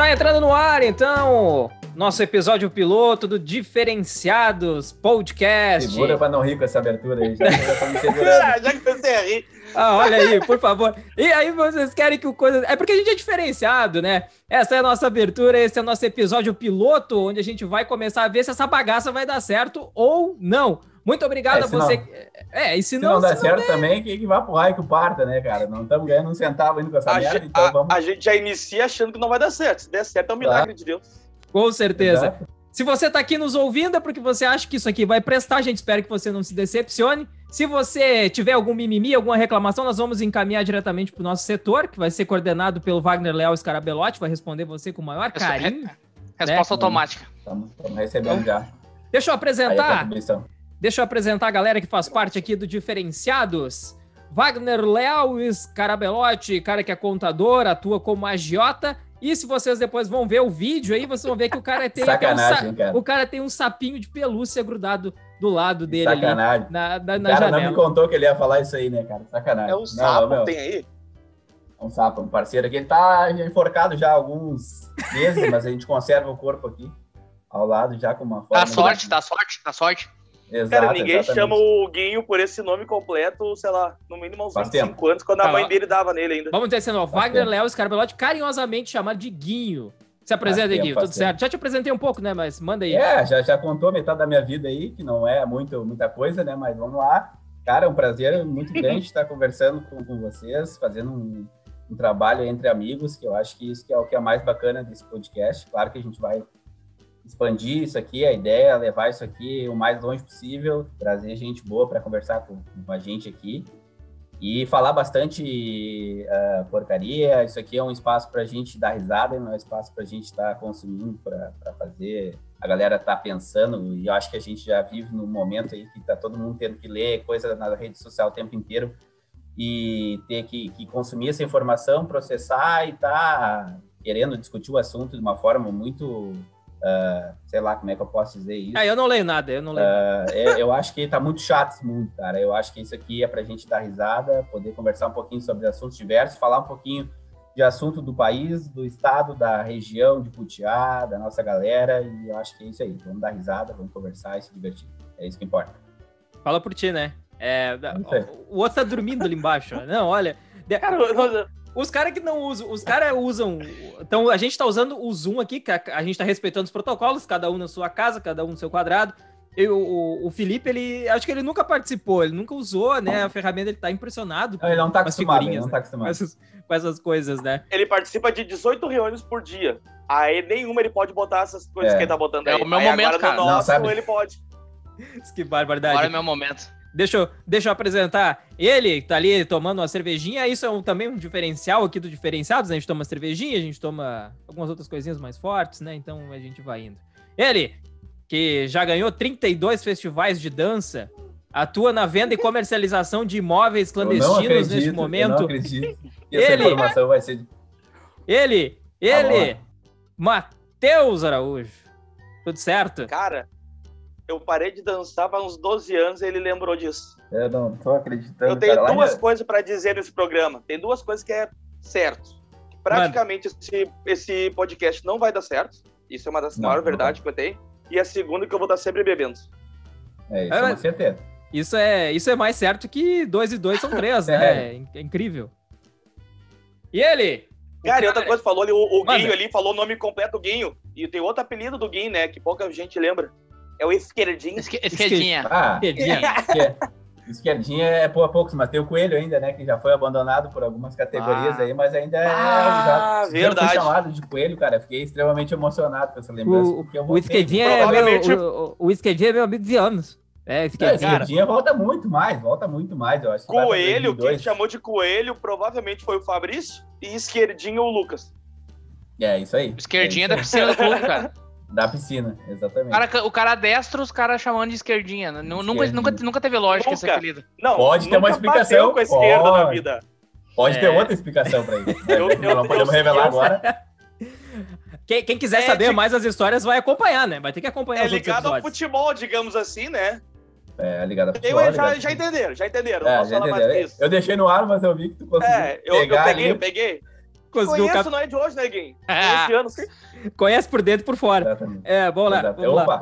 Tá entrando no ar, então, nosso episódio piloto do Diferenciados Podcast. Segura pra não rir com essa abertura aí, já tô me segurando. Já que comecei a rir. Olha aí, por favor. E aí vocês querem que o coisa... É porque a gente é diferenciado, né? Essa é a nossa abertura, esse é o nosso episódio piloto, onde a gente vai começar a ver se essa bagaça vai dar certo ou não. Muito obrigado a você. E se não der certo também, que vai pro raio que o parta, né, cara? Não estamos ganhando um centavo ainda com essa merda, então vamos... A gente já inicia achando que não vai dar certo. Se der certo, é um milagre de Deus. Com certeza. Exato. Se você tá aqui nos ouvindo é porque você acha que isso aqui vai prestar, a gente espera que você não se decepcione. Se você tiver algum mimimi, alguma reclamação, nós vamos encaminhar diretamente pro nosso setor, que vai ser coordenado pelo Wagner Leal Scarabelotti, vai responder você com o maior carinho. Resposta automática. Estamos recebendo já. Deixa eu apresentar... Aí, Deixa eu apresentar a galera que faz parte aqui do Diferenciados. Wagner Leal Scarabelotti, cara que é contador, atua como agiota. E se vocês depois vão ver o vídeo aí, vocês vão ver que o cara tem, cara. O cara tem um sapinho de pelúcia grudado do lado dele. Sacanagem. Ali, na cara janela. Não me contou que ele ia falar isso aí, né, cara? Sacanagem. É um sapo, tem aí? É um sapo, um parceiro aqui. Ele tá enforcado já há alguns meses, mas a gente conserva o corpo aqui, ao lado, já com uma forma... Dá sorte. Exato, Cara, ninguém exatamente. chama o Guinho por esse nome completo, sei lá, no mínimo uns Faz 25 tempo. anos, quando a mãe dele dava nele ainda. Vamos dizer assim, ó, Wagner Leal Scarabelotti, carinhosamente chamado de Guinho. Se apresenta, Guinho, tudo certo? Já te apresentei um pouco, né, mas manda aí. Já contou metade da minha vida aí, que não é muita coisa, né, mas vamos lá. Cara, é um prazer muito grande estar conversando com vocês, fazendo um trabalho entre amigos, que eu acho que isso que é o que é mais bacana desse podcast. Claro que a gente vai expandir isso aqui, a ideia é levar isso aqui o mais longe possível, trazer gente boa para conversar com a gente aqui e falar bastante porcaria. Isso aqui é um espaço para a gente dar risada, não é um espaço para a gente estar consumindo, para fazer a galera estar pensando. E eu acho que a gente já vive num momento aí que está todo mundo tendo que ler coisa na rede social o tempo inteiro e ter que consumir essa informação, processar e tá querendo discutir o assunto de uma forma muito... sei lá como é que eu posso dizer isso. Eu não leio nada, eu acho que tá muito chato esse mundo, cara. Eu acho que isso aqui é pra gente dar risada, poder conversar um pouquinho sobre assuntos diversos, falar um pouquinho de assunto do país, do estado, da região de Putiá, da nossa galera, e eu acho que é isso aí. Vamos dar risada, vamos conversar e se divertir. É isso que importa. Fala por ti, né? O outro tá dormindo ali embaixo. Não, olha... Cara, os caras que não usam, os caras usam... Então, a gente tá usando o Zoom aqui, que a gente tá respeitando os protocolos, cada um na sua casa, cada um no seu quadrado. O Felipe, ele... Acho que ele nunca participou, ele nunca usou, né, a ferramenta, ele tá impressionado. Ele não tá acostumado, com essas coisas, né? Ele participa de 18 reuniões por dia. Aí nenhuma ele pode botar essas coisas que ele tá botando aí. É o meu momento, agora, cara. No nosso, não, ele pode. Que barbaridade. Agora é meu momento. Deixa eu apresentar ele, que tá ali tomando uma cervejinha. Isso é também um diferencial aqui do Diferenciados, né? A gente toma cervejinha, a gente toma algumas outras coisinhas mais fortes, né? Então a gente vai indo. Ele, que já ganhou 32 festivais de dança, atua na venda e comercialização de imóveis clandestinos neste momento. Eu não acredito que essa informação vai ser... Ele, Matheus Araújo. Tudo certo? Cara... Eu parei de dançar há uns 12 anos e ele lembrou disso. Eu não tô acreditando. Eu tenho duas coisas para dizer nesse programa. Tem duas coisas que é certo. Praticamente esse podcast não vai dar certo. Isso é uma das maiores verdades que eu tenho. E a segunda que eu vou estar sempre bebendo. Isso é uma certeza. Isso é mais certo que 2 e 2 são 3, né? É incrível. E ele? Cara, e outra coisa, falou ali, o Guinho ali, falou o nome completo do Guinho. E tem outro apelido do Guinho, né? Que pouca gente lembra. É o Esquerdinha. Esquerdinha. Esquerdinha é poucos, mas tem o Coelho ainda, né? Que já foi abandonado por algumas categorias aí, mas ainda já foi chamado de Coelho, cara. Fiquei extremamente emocionado com essa lembrança. O Esquerdinha o Esquerdinha é meu amigo de anos. Esquerdinha volta muito mais, eu acho. Coelho, quem chamou de Coelho provavelmente foi o Fabrício e Esquerdinha o Lucas. É, isso aí. Esquerdinha da piscina do clube, cara. Da piscina, exatamente. O cara destro, os caras chamando de esquerdinha. Nunca teve lógica esse apelido. Não, pode ter uma explicação. Com a esquerda na vida. Pode ter outra explicação pra isso. Não podemos revelar agora. Quem quiser saber mais as histórias vai acompanhar, né? Vai ter que acompanhar os outros episódios. É ligado ao futebol, digamos assim, né? Ligado ao futebol. Já entenderam. Não posso falar mais que isso. Eu deixei no ar, mas eu vi que tu conseguiu pegar. Eu peguei. Conheço, não é de hoje, né, Gui? Conheço anos. Conhece por dentro e por fora. Exatamente. Vamos lá.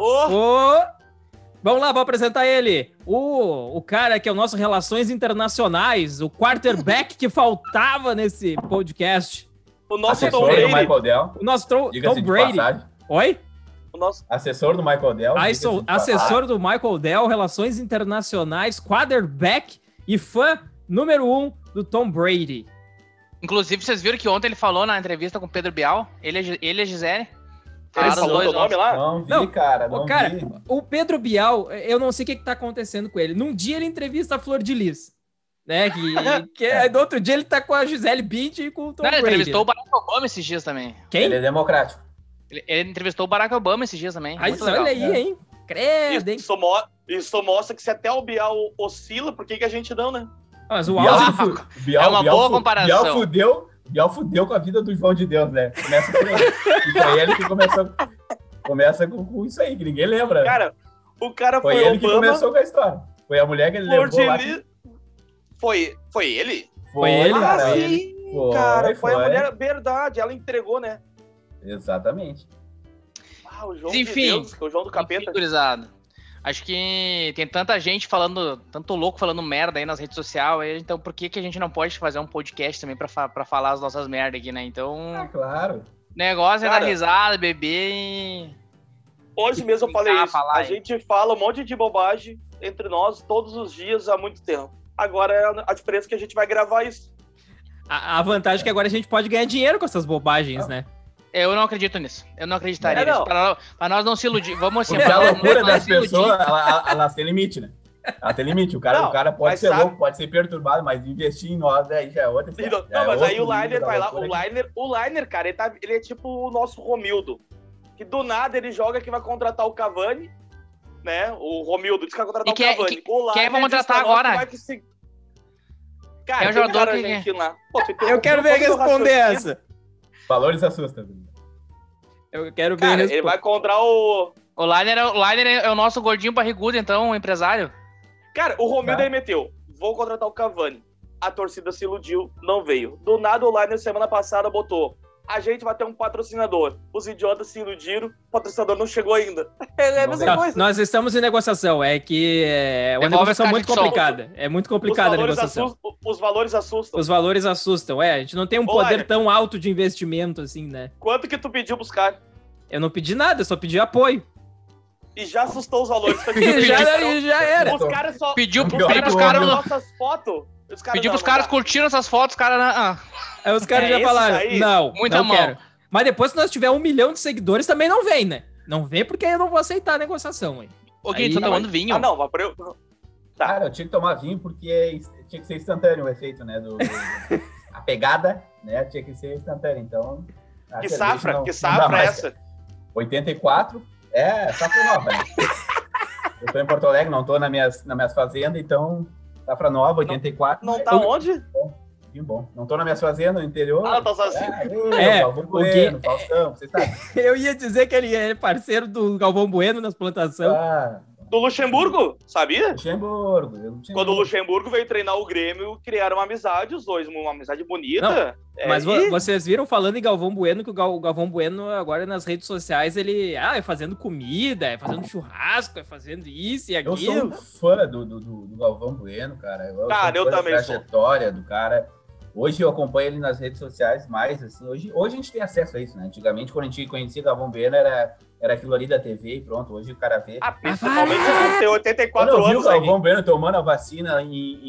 Vamos lá, vou apresentar ele. O cara que é o nosso Relações Internacionais, o quarterback que faltava nesse podcast. O nosso assessor Tom Brady. do Michael Dell. O nosso Tom Brady. Oi? O nosso... Assessor do Michael Dell. Assessor do Michael Dell, Relações Internacionais, quarterback e fã número 1 do Tom Brady. Inclusive, vocês viram que ontem ele falou na entrevista com o Pedro Bial? Ele e a Gisele. Ele falou o nome lá? Não vi, cara. O Pedro Bial, eu não sei o que tá acontecendo com ele. Num dia ele entrevista a Flor de Lis, né? No outro dia ele tá com a Gisele Bündchen e com o Tom Brady. Ele entrevistou o Barack Obama esses dias também. Quem? Ele é democrático. Ele entrevistou o Barack Obama esses dias também. Aí, olha aí, hein? Credo, hein? Isso mostra que se até o Bial oscila, por que a gente não, né? Mas o Bial, é uma boa comparação. Bial fudeu com a vida do João de Deus, né? Começa por ele. E foi ele que começa com isso aí, que ninguém lembra. Cara, o cara foi ele Obama, que começou com a história. Foi a mulher que ele levou lá. Foi ele? Foi ele, cara. Foi ele. Cara, foi a mulher, verdade, ela entregou, né? Exatamente. O João enfim, de Deus, o João do Capeta. Acho que tem tanta gente falando, tanto louco falando merda aí nas redes sociais, então por que a gente não pode fazer um podcast também pra falar as nossas merdas aqui, né? Então, claro. Negócio é dar risada, beber e... Hoje mesmo eu falei isso, a gente fala um monte de bobagem entre nós todos os dias há muito tempo. Agora a diferença é que a gente vai gravar isso. A vantagem é que agora a gente pode ganhar dinheiro com essas bobagens, né? Eu não acredito nisso. Eu não acreditaria nisso. Pra nós não se iludir. Vamos assim. A loucura das pessoas, elas têm limite, né? Ela tem limite. O cara pode ser louco, pode ser perturbado, mas investir em nós aí já é outra história. Mas aí o Liner vai lá. O Liner, cara, ele é tipo o nosso Romildo. Que do nada ele joga que vai contratar o Cavani, né? O Romildo disse que vai contratar o Cavani. Quem vai contratar agora? Cara, é o jogador lá. Pô, eu quero ver responder essa. Valores assustam. Eu quero ver. Cara, ele vai comprar o... O Liner é o nosso gordinho barrigudo, então, o empresário. Cara, o Romildo ele meteu. Vou contratar o Cavani. A torcida se iludiu, não veio. Do nada o Liner semana passada botou. A gente vai ter um patrocinador. Os idiotas se iludiram, o patrocinador não chegou ainda. É a mesma coisa. Nós estamos em negociação. É que é uma negociação muito complicada. É muito complicada a negociação. Os valores assustam. Os valores assustam. A gente não tem um poder tão alto de investimento assim, né? Quanto que tu pediu pros caras? Eu não pedi nada, eu só pedi apoio. E já assustou os valores. já era. Os caras só... Pediu pros caras... nossas fotos... Pediu pros caras curtiram essas fotos, os caras... Aí os caras já falaram, não quero. Mas depois que nós tiver 1 milhão de seguidores, também não vem, né? Não vem porque eu não vou aceitar a negociação, hein? Ô, Gui, tu tá tomando vinho? Ah, não, mas pra eu... Tá. Cara, eu tinha que tomar vinho porque tinha que ser instantâneo o efeito, né? A pegada, né? Tinha que ser instantânea, então... Que safra é essa? 84, safra nova, né? Eu tô em Porto Alegre, não tô nas minhas fazendas, então... Safra nova, 84. Não tá onde? Bom. Não tô nas minhas fazendas no interior. Ah, tá sozinho. Galvão Bueno, Faustão, você sabe. Eu ia dizer que ele é parceiro do Galvão Bueno nas plantações. Do Luxemburgo, sabia? Luxemburgo. Quando o Luxemburgo veio treinar o Grêmio, criaram uma amizade, os dois, uma amizade bonita. Mas vocês viram falando em Galvão Bueno, que o Galvão Bueno agora nas redes sociais, ele é fazendo comida, é fazendo churrasco, é fazendo isso e aquilo. Eu sou fã do Galvão Bueno, cara. Eu também sou. A trajetória do cara. Hoje eu acompanho ele nas redes sociais mais, assim, hoje a gente tem acesso a isso, né? Antigamente, quando a gente conhecia o Galvão Bueno, era aquilo ali da TV e pronto, hoje o cara vê. Principalmente você tem 84 anos. Quando eu vi o Galvão Bueno tomando a vacina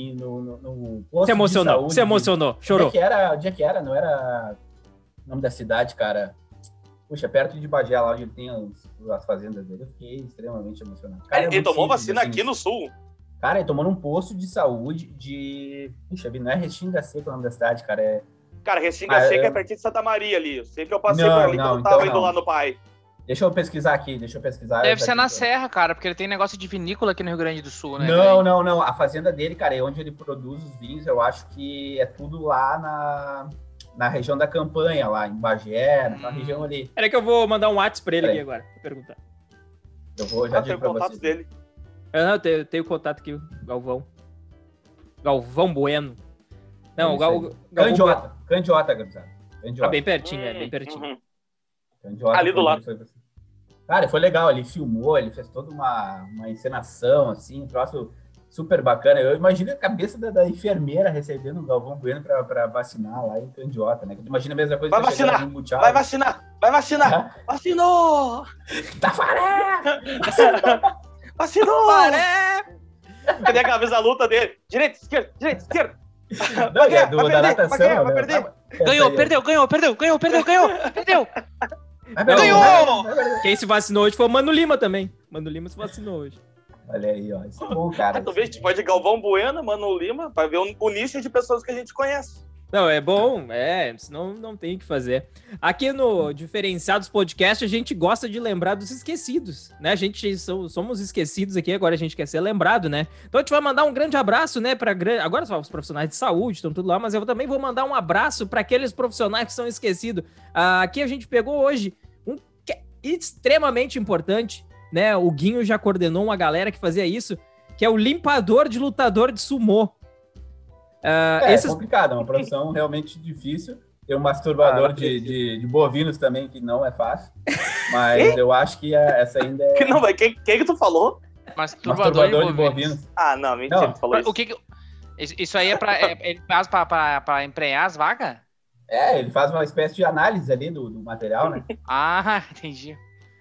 no posto se emocionou, de saúde, se emocionou, chorou. Onde é que era? Não era o nome da cidade, cara. Puxa, perto de Bagé, lá onde ele tem as fazendas dele, eu fiquei extremamente emocionado. Cara, ele tomou vacina aqui no Sul? Cara, ele tomou num posto de saúde de... Puxa vida, não é Restinga Seca o nome da cidade, cara. Cara, Restinga Seca é pertinho de Santa Maria ali. Eu sei que eu passei por ali quando eu tava indo lá no pai. Deixa eu pesquisar aqui, Deve ser na Serra, cara, porque ele tem negócio de vinícola aqui no Rio Grande do Sul, né? Não. A fazenda dele, cara, é onde ele produz os vinhos. Eu acho que é tudo lá na região da Campanha, lá em Bagé, naquela região ali. Peraí que eu vou mandar um WhatsApp pra ele aqui agora, pra perguntar. Eu vou já dizer pra vocês. Dele. Eu tenho contato aqui, Galvão Bueno. Não, Candiota, Gabriel. Candiota. bem pertinho, bem pertinho. Uhum. Candiota Ali do lado. Cara, foi legal, ele filmou, ele fez toda uma encenação, assim, um troço super bacana. Eu imagino a cabeça da enfermeira recebendo o Galvão Bueno pra vacinar lá em Candiota, né? Imagina a mesma coisa Vai que vacinar, no Mundial. vai vacinar. Vacinou! Tafaré! Vacinou! Paré! Cadê a cabeça da luta dele? Direita, esquerda. Não, é da natação, vai né? perder. Ganhou, perdeu. Ganhou! Quem se vacinou hoje foi o Mano Lima também. Mano Lima se vacinou hoje. Olha aí, ó. Isso é bom, cara. Tu vê, a gente pode Galvão Bueno, Mano Lima, vai ver um nicho de pessoas que a gente conhece. Não, é bom, senão não tem o que fazer. Aqui no Diferenciados Podcast, a gente gosta de lembrar dos esquecidos, né? A gente somos esquecidos aqui, agora a gente quer ser lembrado, né? Então a gente vai mandar um grande abraço, né? Agora só os profissionais de saúde estão tudo lá, mas eu também vou mandar um abraço para aqueles profissionais que são esquecidos. Aqui a gente pegou hoje um que é extremamente importante, né? O Guinho já coordenou uma galera que fazia isso, que é o limpador de lutador de sumô. É complicado, é uma profissão realmente difícil. Tem um masturbador de bovinos também, que não é fácil. Mas eu acho que essa ainda é... Não, mas quem que tu falou? Masturbador de bovinos. Ah, não, mentira, Não. tu falou isso. O que isso aí é pra... ele faz pra emprenhar as vagas? Ele faz uma espécie de análise ali do material, né? Ah, entendi.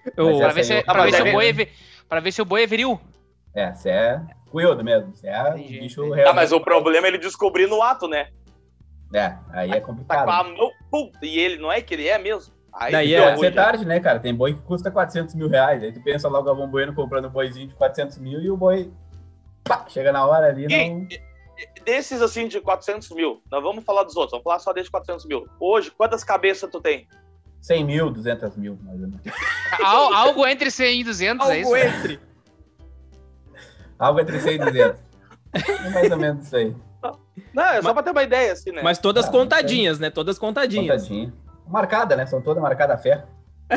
Pra ver se o boi é viril. Você é cuiudo mesmo. Você é um bicho realmente... Tá, mas o problema é ele descobrir no ato, né? Aí é Tá complicado. com a mão, e ele não é que ele é mesmo. Aí Daí pode ser tarde, né, cara? Tem boi que custa 400 mil reais. Aí tu pensa lá o Galvão Bueno comprando um boizinho de 400 mil e o boi... chega na hora ali, não... Desses, assim, de 400 mil, nós vamos falar dos outros, vamos falar só desde 400 mil. Hoje, quantas cabeças tu tem? 100 mil, 200 mil, mais ou menos. Algo entre 100 e 200, é isso? Algo entre 100 e 200. É mais ou menos isso aí. Não, é só pra ter uma ideia, assim, né? Mas todas contadinhas, né? Todas contadinhas. Contadinha. Marcada, né? São todas marcadas a ferro.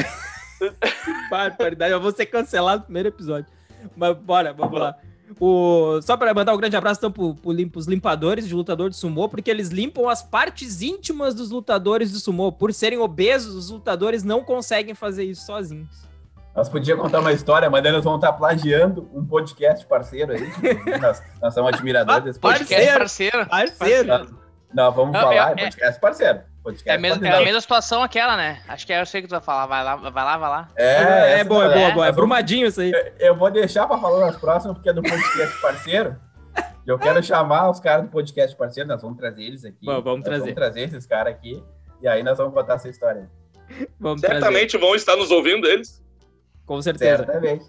Barbaridade, eu vou ser cancelado no primeiro episódio. Mas bora, vamos lá. Só para mandar um grande abraço então pros limpadores de lutador de sumô, porque eles limpam as partes íntimas dos lutadores de sumô. Por serem obesos, os lutadores não conseguem fazer isso sozinhos. Nós podíamos contar uma história, mas daí nós vamos estar plagiando um podcast parceiro aí. Nós somos admiradores desse podcast. Parceiro. Não, vamos falar, podcast parceiro. É a mesma situação aquela, né? Acho que eu sei o que tu vai falar. Vai lá. É boa. É brumadinho isso aí. Eu vou deixar pra falar nas próximas, porque é do podcast parceiro. Eu quero chamar os caras do podcast parceiro, nós vamos trazer eles aqui. Vamos trazer esses caras aqui, e aí nós vamos contar essa história. Certamente vão estar nos ouvindo eles. Com certeza. Certamente.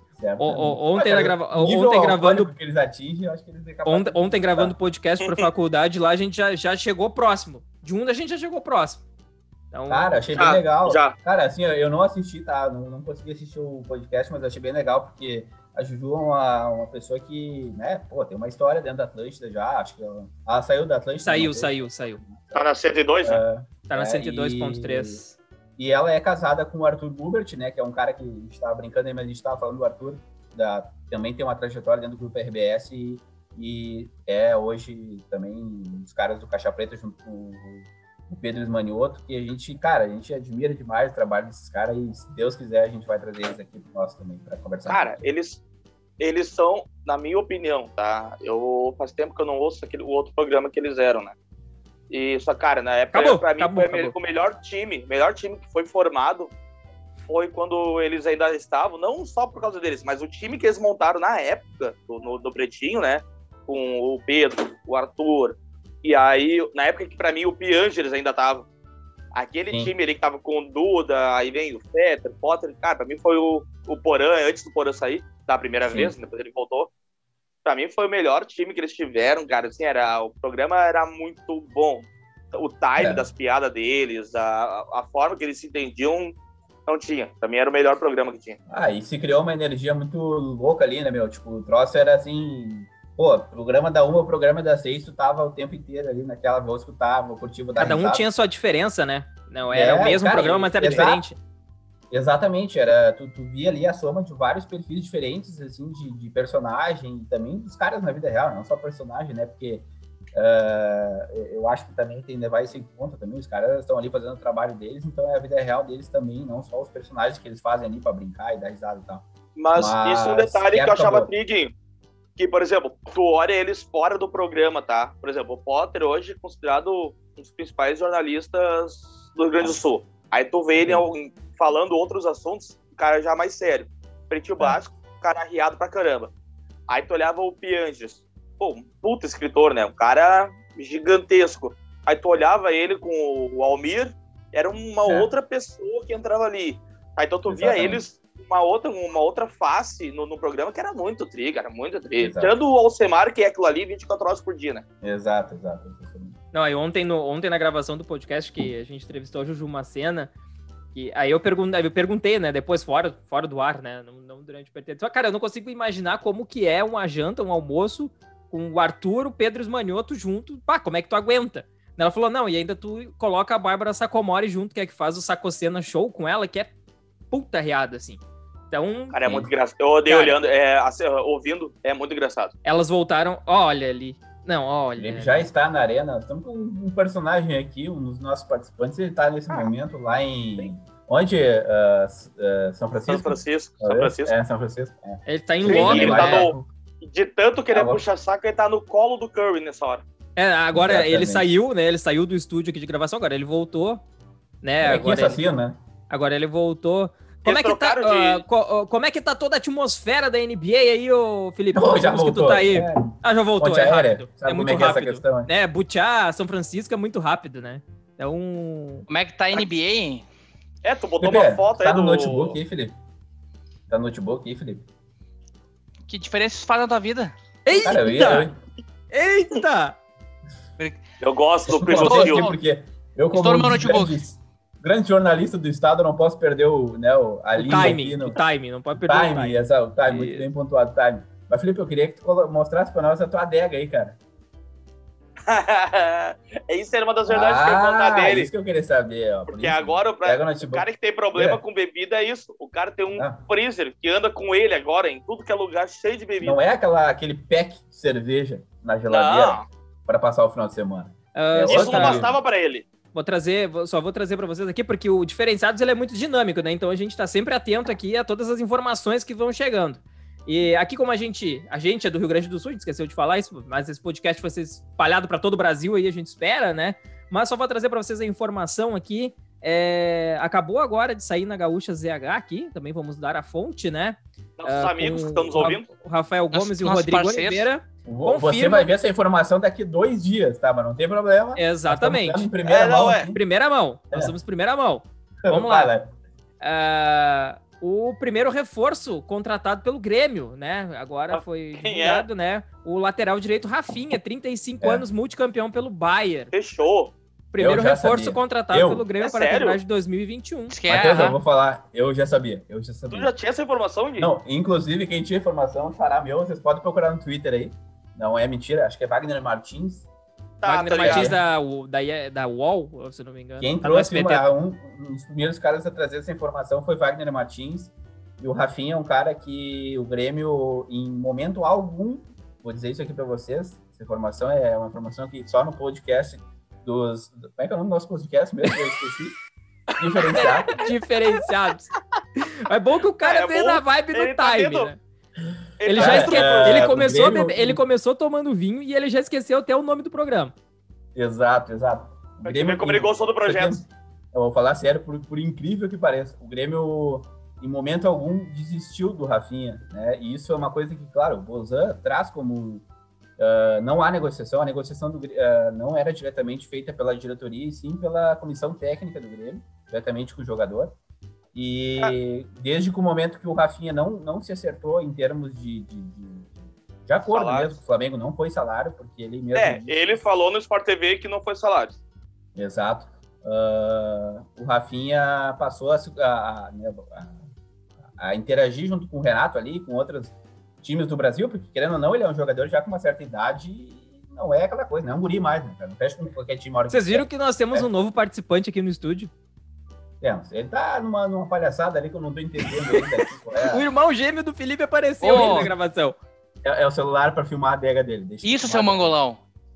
Ontem gravando que eles atingem, eu acho que eles ontem gravando podcast para faculdade, lá a gente já chegou próximo. De a gente já chegou próximo. Então, cara, achei bem legal. Já. Cara, assim, eu não assisti, tá? Não consegui assistir o podcast, mas achei bem legal, porque a Juju é uma pessoa que, né, tem uma história dentro da Atlântida já. Acho que ela saiu da Atlântida. Saiu. Tá na 102, né? Tá na 102.3. E ela é casada com o Arthur Gubert, né? Que é um cara que a gente tava brincando aí, mas a gente tava falando do Arthur. Também tem uma trajetória dentro do grupo RBS e é hoje também os caras do Caixa Preta junto com o Pedro Esmanioto, que a gente admira demais o trabalho desses caras e se Deus quiser a gente vai trazer eles aqui pro nosso também para conversar. Cara, eles são, na minha opinião, tá? Faz tempo que eu não ouço o outro programa que eles eram, né? E só, cara, na época, pra mim, foi o melhor time que foi formado foi quando eles ainda estavam, não só por causa deles, mas o time que eles montaram na época, do Pretinho, né? Com o Pedro, o Arthur, e aí, na época que pra mim o Piangeres ainda tava. Aquele time ali que tava com o Duda, aí vem o Fetter, Potter, cara, pra mim foi o Porã, antes do Porã sair, da primeira vez, depois ele voltou. Pra mim foi o melhor time que eles tiveram, cara, assim, o programa era muito bom. O time das piadas deles, a forma que eles se entendiam, não tinha. Pra mim era o melhor programa que tinha. E se criou uma energia muito louca ali, né, meu? Tipo, o troço era assim... programa da 1 ou programa da 6, tu tava o tempo inteiro ali naquela voz que tu tava, curtivo da Cada um tinha sua diferença, né? Não era o mesmo programa, mas era diferente. Exatamente, tu via ali a soma de vários perfis diferentes, assim, de personagem, e também dos caras na vida real, não só personagem, né? Porque eu acho que também tem que levar isso em conta também. Os caras estão ali fazendo o trabalho deles, então é a vida real deles também, não só os personagens que eles fazem ali pra brincar e dar risada e tal. Mas isso é um detalhe que eu achava triguinho. Que, por exemplo, tu olha eles fora do programa, tá? Por exemplo, o Potter hoje é considerado um dos principais jornalistas do Rio Grande do Sul. Aí tu vê ele falando outros assuntos, o cara já mais sério. Pretinho Básico, o cara arriado pra caramba. Aí tu olhava o Pianges, pô, um puta escritor, né? Um cara gigantesco. Aí tu olhava ele com o Almir, era uma outra pessoa que entrava ali. Aí então tu via eles uma outra face no programa que era muito tri. Tirando o Alcemar, que é aquilo ali 24 horas por dia, né? Exato. Não, aí ontem na gravação do podcast que a gente entrevistou a Juju Macena, que aí eu perguntei, né, depois fora do ar, né, não durante o PT. Cara, eu não consigo imaginar como que é uma janta, um almoço com o Arthur, o Pedro Esmanioto junto. Pá, como é que tu aguenta? Ela falou, não, e ainda tu coloca a Bárbara Sacomori junto, que é que faz o Sacocena Show com ela, que é puta riada, assim. Então... Cara, é muito engraçado. Eu odeio olhando, ouvindo, é muito engraçado. Elas voltaram, olha ali. Não, olha. Ele já está na arena. Estamos com um personagem aqui, um dos nossos participantes. Ele está nesse momento lá em... Onde? São Francisco? São Francisco. São Francisco. Ele está em Londres. Ele tá de tanto querer puxar saco, ele tá no colo do Curry nessa hora. Agora exatamente. Ele saiu, né? Ele saiu do estúdio aqui de gravação, agora ele voltou, né? Agora assassino, né? Agora ele voltou. Como é que tá toda a atmosfera da NBA aí, ô Felipe? Já voltou. Que tu tá aí. Já voltou, é rápido. Sabe é muito rápido. Essa questão, né? Butiá, São Francisco é muito rápido, né? Então... Como é que tá a NBA? Tu botou uma foto aí do... Tá no notebook aí, Felipe? Que diferença isso faz na tua vida? Eita! Cara, Eita! Eu gosto do primo porque eu, como grande jornalista do estado, não posso perder a linha. O timing, não pode perder o timing. O timing, muito bem pontuado o timing. Mas, Felipe, eu queria que tu mostrasse pra nós a tua adega aí, cara. Isso era uma das verdades que eu ia contar dele. Isso que eu queria saber, ó. Porque agora, o cara que tem problema com bebida é isso. O cara tem um freezer que anda com ele agora em tudo que é lugar cheio de bebida. Não é aquele pack de cerveja na geladeira para passar o final de semana. Isso não bastava para ele. Só vou trazer para vocês aqui, porque o Diferenciados ele é muito dinâmico, né? Então a gente tá sempre atento aqui a todas as informações que vão chegando. E aqui, como a gente é do Rio Grande do Sul, a gente esqueceu de falar isso, mas esse podcast vai ser espalhado para todo o Brasil aí, a gente espera, né? Mas só vou trazer para vocês a informação aqui. Acabou agora de sair na Gaúcha ZH aqui, também vamos dar a fonte, né? Nossos amigos que estão nos ouvindo. O Rafael Gomes e o Rodrigo Oliveira. Você vai ver essa informação daqui 2 dias, tá? Mas não tem problema. Exatamente. Em primeira mão. Primeira mão. Nós somos primeira mão. Vamos lá. O primeiro reforço contratado pelo Grêmio, né? Agora foi divulgado, né? O lateral direito Rafinha, 35 anos, multicampeão pelo Bayern. Fechou. Primeiro reforço contratado pelo Grêmio para a temporada de 2021. Matheus, eu vou falar, eu já sabia. Tu já tinha essa informação, Gui? Não, inclusive quem tinha informação, xará meu, vocês podem procurar no Twitter aí. Não é mentira, acho que é Wagner Martins. Wagner Martins da UOL, se não me engano. Quem trouxe um dos primeiros caras a trazer essa informação foi Wagner Martins. E o Rafinha é um cara que o Grêmio, em momento algum, vou dizer isso aqui para vocês, essa informação é uma informação que só no podcast como é que é o nome do nosso podcast mesmo? Eu esqueci. Diferenciados. É bom que o cara veio na vibe do time, né? Ele começou tomando vinho e ele já esqueceu até o nome do programa. Exato. O Grêmio, como ele gostou do projeto. Eu vou falar sério, por incrível que pareça. O Grêmio, em momento algum, desistiu do Rafinha, né? E isso é uma coisa que, claro, o Bozan traz como... não há negociação. A negociação não era diretamente feita pela diretoria, e sim pela comissão técnica do Grêmio, diretamente com o jogador. E desde o momento que o Rafinha não se acertou em termos de acordo salário. Mesmo com o Flamengo, não foi salário, porque ele mesmo... ele falou no Sport TV que não foi salário. Exato. O Rafinha passou a interagir junto com o Renato ali, com outros times do Brasil, porque querendo ou não, ele é um jogador já com uma certa idade e não é aquela coisa, não é um guri mais, né, cara? Não fecha com qualquer time. Vocês viram que nós temos um novo participante aqui no estúdio? Ele tá numa palhaçada ali que eu não tô entendendo ainda. O irmão gêmeo do Felipe apareceu aí na gravação. É o celular pra filmar a adega dele. Isso, seu mangolão.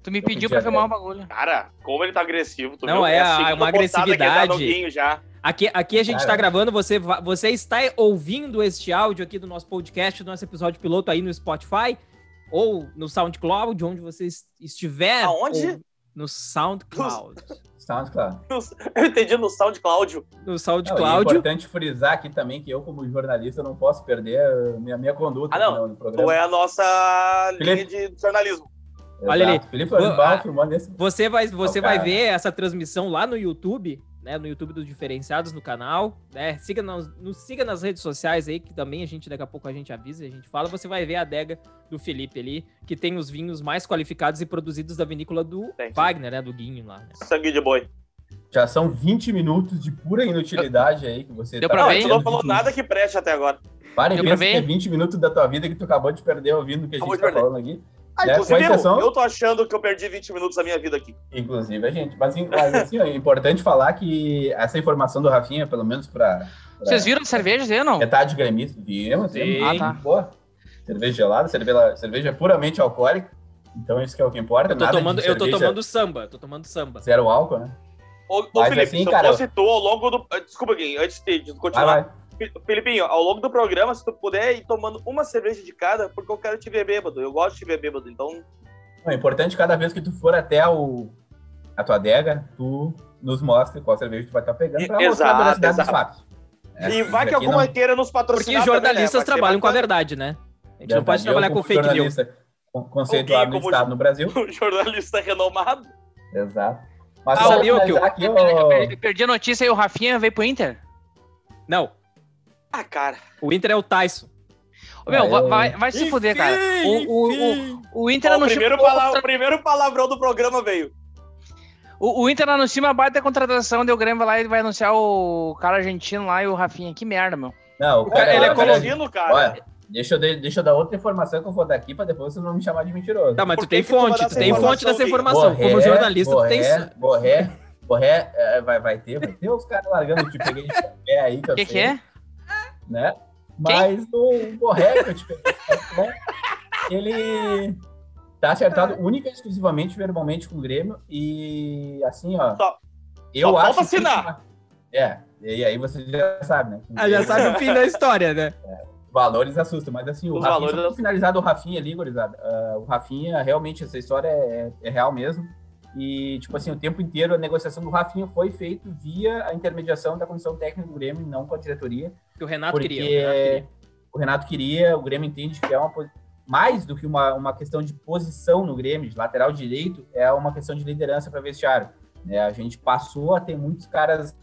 Tu me pediu pra filmar um bagulho. Cara, como ele tá agressivo. Tu Não, viu? uma agressividade. Já. Aqui a gente tá gravando, você está ouvindo este áudio aqui do nosso podcast, do nosso episódio piloto aí no Spotify ou no SoundCloud, onde você estiver. Aonde? No SoundCloud. SoundCloud. Eu entendi, no SoundCloud. No SoundCloud. É importante frisar aqui também que eu, como jornalista, não posso perder a minha conduta no programa. Tu é a nossa linha de jornalismo. Exato. Olha ali. Felipe Lorival filmando esse... Você vai ver essa transmissão lá no YouTube, né? No YouTube dos Diferenciados, no canal, né? Nos siga nas redes sociais aí, que também daqui a pouco a gente avisa, a gente fala. Você vai ver a adega do Felipe ali, que tem os vinhos mais qualificados e produzidos da vinícola do Wagner, né? Do Guinho lá. Né? Sangue de boi. Já são 20 minutos de pura inutilidade aí que você Deu pra ver? Tu não falou nada que preste até agora. Para e pensa que é 20 minutos da tua vida que tu acabou de perder ouvindo o que a gente tá falando aqui. Inclusive, eu tô achando que eu perdi 20 minutos da minha vida aqui. Inclusive a gente. Mas assim, é importante falar que essa informação do Rafinha, pelo menos pra Vocês viram a cerveja dele, não? Metade gremista. Vimos. Tá. Boa. Cerveja gelada, cerveja puramente alcoólica. Então isso que é o que importa. Eu tô tomando samba. Zero álcool, né? Ô Felipe, assim, se cara, fosse tu ao longo do... Desculpa, Gui, antes de continuar. Vai. Felipinho, ao longo do programa, se tu puder ir tomando uma cerveja de cada, porque eu quero te ver bêbado. Eu gosto de te ver bêbado, então... É importante cada vez que tu for até a tua adega, tu nos mostre qual cerveja tu vai estar pegando pra mostrar a veracidade dos fatos. E vai que alguma queira nos patrocinar. Porque jornalistas trabalham com a verdade, né? A gente não pode trabalhar com fake news. Conceituado no estado no Brasil. Jornalista renomado. Exato. Mas sabia que eu perdi a notícia e o Rafinha veio pro Inter? Não. Cara. O Inter é o Tyson. Vai se fuder, cara. O Inter anuncia... O primeiro palavrão do programa veio. O Inter anuncia uma baita contratação, deu o Grêmio lá e vai anunciar o cara argentino lá e o Rafinha. Que merda, meu. Não, o cara é colombiano, cara. Olha, deixa eu dar outra informação que eu vou dar aqui pra depois vocês não me chamar de mentiroso. Tá, mas tu tem fonte dessa informação. Como jornalista, tu tem... Vai ter os caras largando, te peguei de pé aí. Que é? Né? Mas o Borré, que eu te peguei, ele tá acertado única e exclusivamente verbalmente com o Grêmio e assim, ó. Eu acho. Falta assinar. E aí você já sabe, né? Já sabe o fim da história, né? Valores assustam, mas assim, o Rafinha, só finalizado o Rafinha ali, gurizada. O Rafinha, realmente, essa história é real mesmo. E, tipo assim, o tempo inteiro a negociação do Rafinha foi feita via a intermediação da comissão técnica do Grêmio, não com a diretoria. Que o Renato queria. O Renato queria, o Grêmio entende que é mais do que uma questão de posição no Grêmio, de lateral direito, é uma questão de liderança para vestiário. A gente passou a ter muitos caras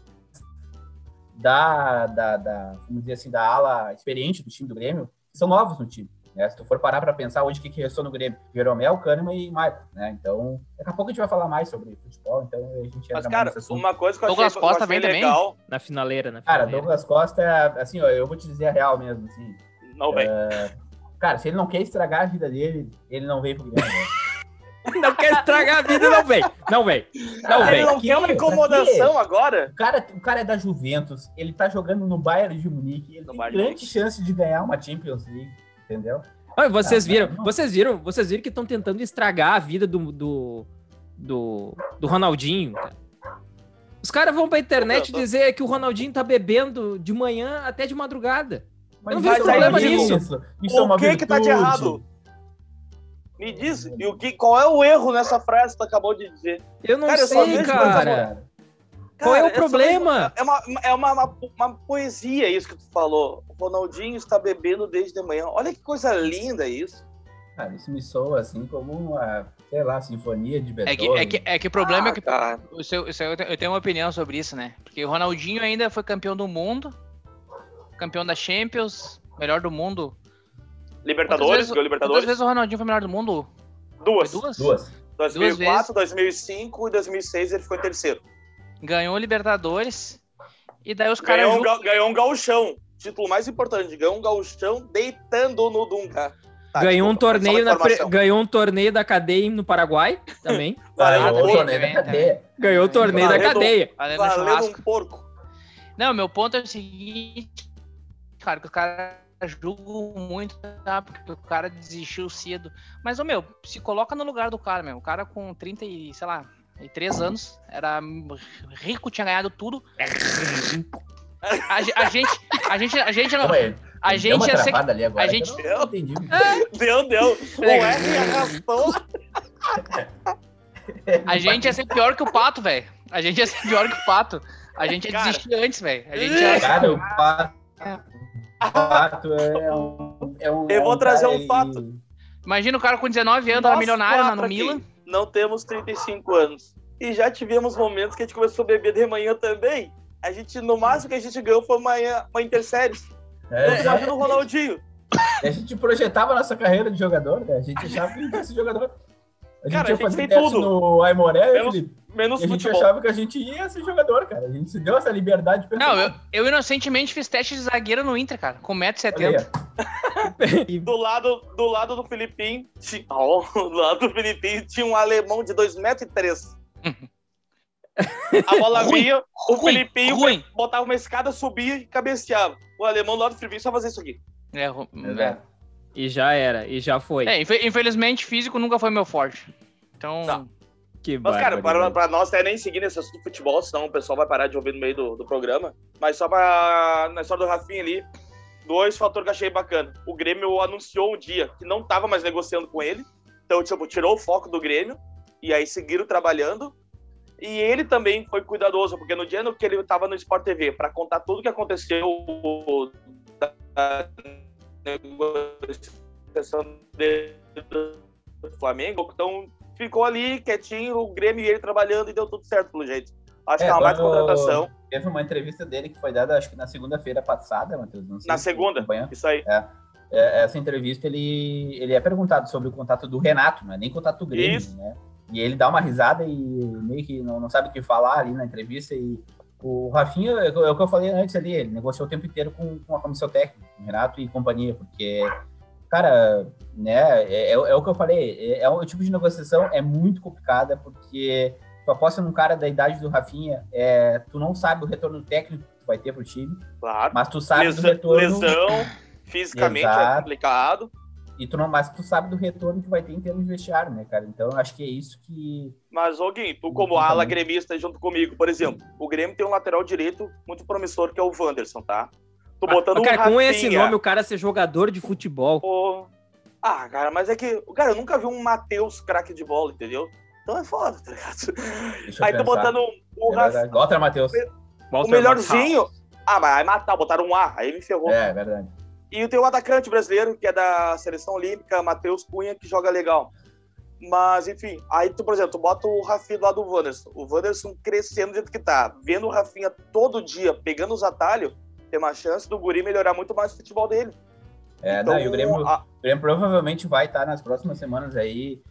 vamos dizer assim, da ala experiente do time do Grêmio, que são novos no time. Se tu for parar para pensar hoje o que restou no Grêmio, Jeromel, Kahneman e Maicon, né? Então, daqui a pouco a gente vai falar mais sobre futebol, então a gente entra mais nesse assunto. Uma coisa que eu Douglas Costa achei legal... Também? Na finaleira. Cara, Douglas Costa, assim, ó, eu vou te dizer a real mesmo, assim. Não vem. Cara, se ele não quer estragar a vida dele, ele não vem pro Grêmio. Não quer estragar a vida, não vem. Ele não quer uma incomodação agora? O cara é da Juventus, ele tá jogando no Bayern de Munique, ele tem grande chance de ganhar uma Champions League. Entendeu? Vocês viram que estão tentando estragar a vida do Ronaldinho, cara. Os caras vão pra internet dizer que o Ronaldinho tá bebendo de manhã até de madrugada. Mas eu não vejo problema nisso. Isso é uma virtude. Que tá de errado? Me diz, qual é o erro nessa frase que tu acabou de dizer? Eu não sei, cara. Qual é o problema? É uma poesia isso que tu falou. O Ronaldinho está bebendo desde de manhã. Olha que coisa linda isso. Cara, isso me soa assim como uma, sei lá, sinfonia de Beethoven. É que o problema é que eu tenho uma opinião sobre isso, né? Porque o Ronaldinho ainda foi campeão do mundo, campeão da Champions, melhor do mundo. Libertadores, ganhou Libertadores. Quantas vezes o Ronaldinho foi melhor do mundo? Duas. 2004, 2005 e 2006 ele ficou em terceiro. Ganhou Libertadores e daí os caras... Ganhou um gauchão. Título mais importante. Ganhou um gauchão deitando no Dunga. Ganhou um torneio da cadeia no Paraguai também. Ganhou o torneio da cadeia. Valendo um porco. Não, meu ponto é o seguinte, cara, que os caras julgo muito, tá? Porque o cara desistiu cedo. Mas, meu, se coloca no lugar do cara, meu. O cara com 30 e, sei lá, 3 anos, era rico, tinha ganhado tudo. A gente não... A gente uma ia ser... ali agora, a gente... eu não entendi. Deu. O R arrastou. A gente ia ser pior que o Pato, velho. A gente ia ser pior que o Pato. A gente ia desistir antes, velho. Cara, o Pato é um... Eu vou trazer um Pato. Imagina o cara com 19 anos, era milionário no Milan. Não temos 35 anos. E já tivemos momentos que a gente começou a beber de manhã também. A gente, no máximo que a gente ganhou foi uma Interséries. Imagina o Ronaldinho. A gente projetava a nossa carreira de jogador, né? A gente achava que a gente ia ser jogador. A gente ia fazer tem teste tudo. No Aimoré, menos e a gente futebol. achava que a gente ia ser jogador, cara. A gente se deu essa liberdade. Não, eu inocentemente fiz teste de zagueiro no Inter, cara, com 1,70 m. Do lado do Filipinho, do lado do Filipinho tinha um alemão de 2,3 m. A bola vinha, o Filipinho botava uma escada, subia e cabeceava. O alemão do lado do Filipinho só fazia isso aqui. E já era, e já foi. Infelizmente, físico nunca foi meu forte. Então... Tá. Mas, cara, pra nós até nem seguir nesse assunto de futebol, senão o pessoal vai parar de ouvir no meio do programa. Mas só na história do Rafinha ali, 2 fatores que eu achei bacana. O Grêmio anunciou um dia que não tava mais negociando com ele. Então, tipo, tirou o foco do Grêmio. E aí seguiram trabalhando. E ele também foi cuidadoso, porque no dia que ele tava no Sport TV, pra contar tudo que aconteceu da negociação do Flamengo, então ficou ali quietinho, o Grêmio e ele trabalhando e deu tudo certo pelo jeito. Acho que é uma baita contratação. Teve uma entrevista dele que foi dada, acho que na segunda-feira passada, Matheus. Não sei na segunda, isso aí. Essa entrevista, ele é perguntado sobre o contato do Renato, não é nem contato do Grêmio, né? E ele dá uma risada e meio que não sabe o que falar ali na entrevista. E o Rafinha, é o que eu falei antes ali, ele negociou o tempo inteiro com a comissão técnica, com o Renato e companhia, porque, cara, né, é o que eu falei, é um tipo de negociação, é muito complicada, porque tu aposta num cara da idade do Rafinha, tu não sabe o retorno técnico que tu vai ter pro time, claro. Mas tu sabe do retorno... Lesão, fisicamente é complicado. Mas tu sabe do retorno que vai ter em termos de vestiário, né, cara? Então, eu acho que é isso que... Mas, Gui, tu como ala gremista junto comigo, por exemplo, o Grêmio tem um lateral direito muito promissor, que é o Wanderson, tá? Tô botando cara, Rafinha. Com esse nome, o cara ser jogador de futebol. Cara, mas é que... Cara, eu nunca vi um Matheus craque de bola, entendeu? Então é foda, tá ligado? Aí tô botando o Rafinha. Walter Matheus. O melhorzinho... mas aí matar, botaram um A, aí me ferrou. É verdade. E tem o atacante brasileiro, que é da Seleção Olímpica, Matheus Cunha, que joga legal. Mas, enfim, aí tu, por exemplo, tu bota o Rafinha do lado do Wanderson. O Wanderson crescendo do jeito que tá, vendo o Rafinha todo dia, pegando os atalhos, tem uma chance do guri melhorar muito mais o futebol dele. Então, e o Grêmio provavelmente vai estar nas próximas semanas aí,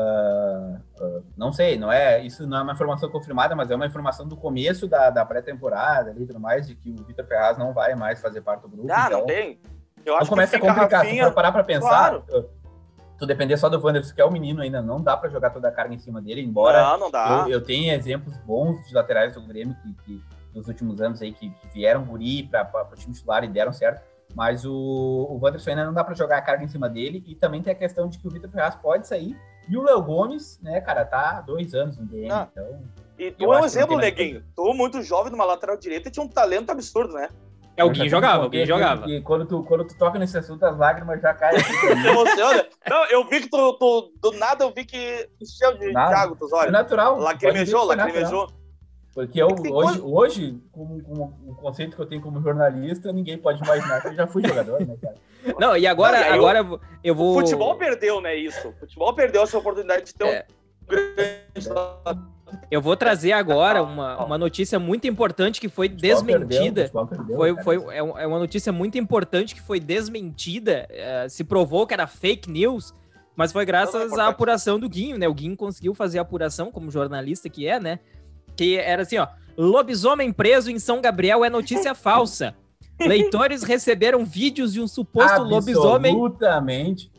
não sei, isso não é uma informação confirmada, mas é uma informação do começo da pré-temporada ali e tudo mais, de que o Vitor Ferraz não vai mais fazer parte do grupo. Então, não tem. Eu acho começa a complicar, se for parar pra pensar, claro. Tu depender só do Wanderson, que é o menino ainda, não dá pra jogar toda a carga em cima dele, embora não dá. Eu tenha exemplos bons de laterais do Grêmio que nos últimos anos aí, que vieram guri para o time titular e deram certo, mas o Wanderson ainda não dá pra jogar a carga em cima dele, e também tem a questão de que o Vitor Ferraz pode sair, e o Léo Gomes, né, cara, tá há 2 anos no DM, então... E tu é um exemplo, Neguinho. Tu, muito jovem, numa lateral direita, tinha um talento absurdo, né? O Gui jogava. E quando tu toca nesse assunto, as lágrimas já caem. Você emociona? Não, eu vi que tu do nada, eu vi que encheu de água tus olhos. É natural. Lacrimejou. Porque hoje, com o conceito que eu tenho como jornalista, ninguém pode imaginar que eu já fui jogador, né, cara? Não, e agora eu vou... O futebol perdeu, né, isso? O futebol perdeu essa oportunidade de ter um grande... Eu vou trazer agora uma notícia muito importante que foi desmentida. É uma notícia muito importante que foi desmentida. Se provou que era fake news, mas foi graças à apuração do Guinho, né? O Guinho conseguiu fazer a apuração como jornalista que é, né? Que era assim, ó: lobisomem preso em São Gabriel é notícia falsa. Leitores receberam vídeos de um suposto lobisomem... Absolutamente.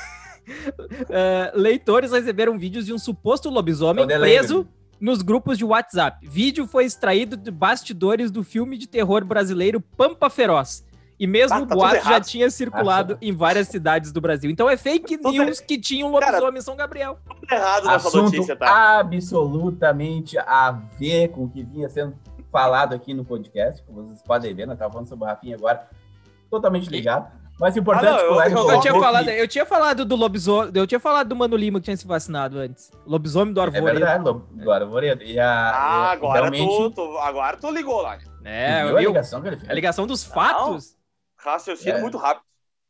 Leitores receberam vídeos de um suposto lobisomem preso nos grupos de WhatsApp. Vídeo foi extraído de bastidores do filme de terror brasileiro Pampa Feroz E mesmo o tá boato tudo já errado. tinha circulado em várias cidades do Brasil. Então é fake news que tinha um lobisomem em São Gabriel. Tudo errado nessa Assunto notícia, tá? absolutamente a ver com o que vinha sendo falado aqui no podcast, como vocês podem ver, nós estávamos falando sobre o Rafinha agora, totalmente ligado. Mas o importante não, que o Laine eu colocou Eu tinha falado do lobisomem, eu tinha falado do Mano Lima que tinha se vacinado antes. Lobisomem do é Arvoredo. verdade, do Arvoredo. Agora, realmente, agora tu ligou lá. É, viu eu a vi ligação que ele fez? a ligação dos fatos. Raciocínio É. muito rápido.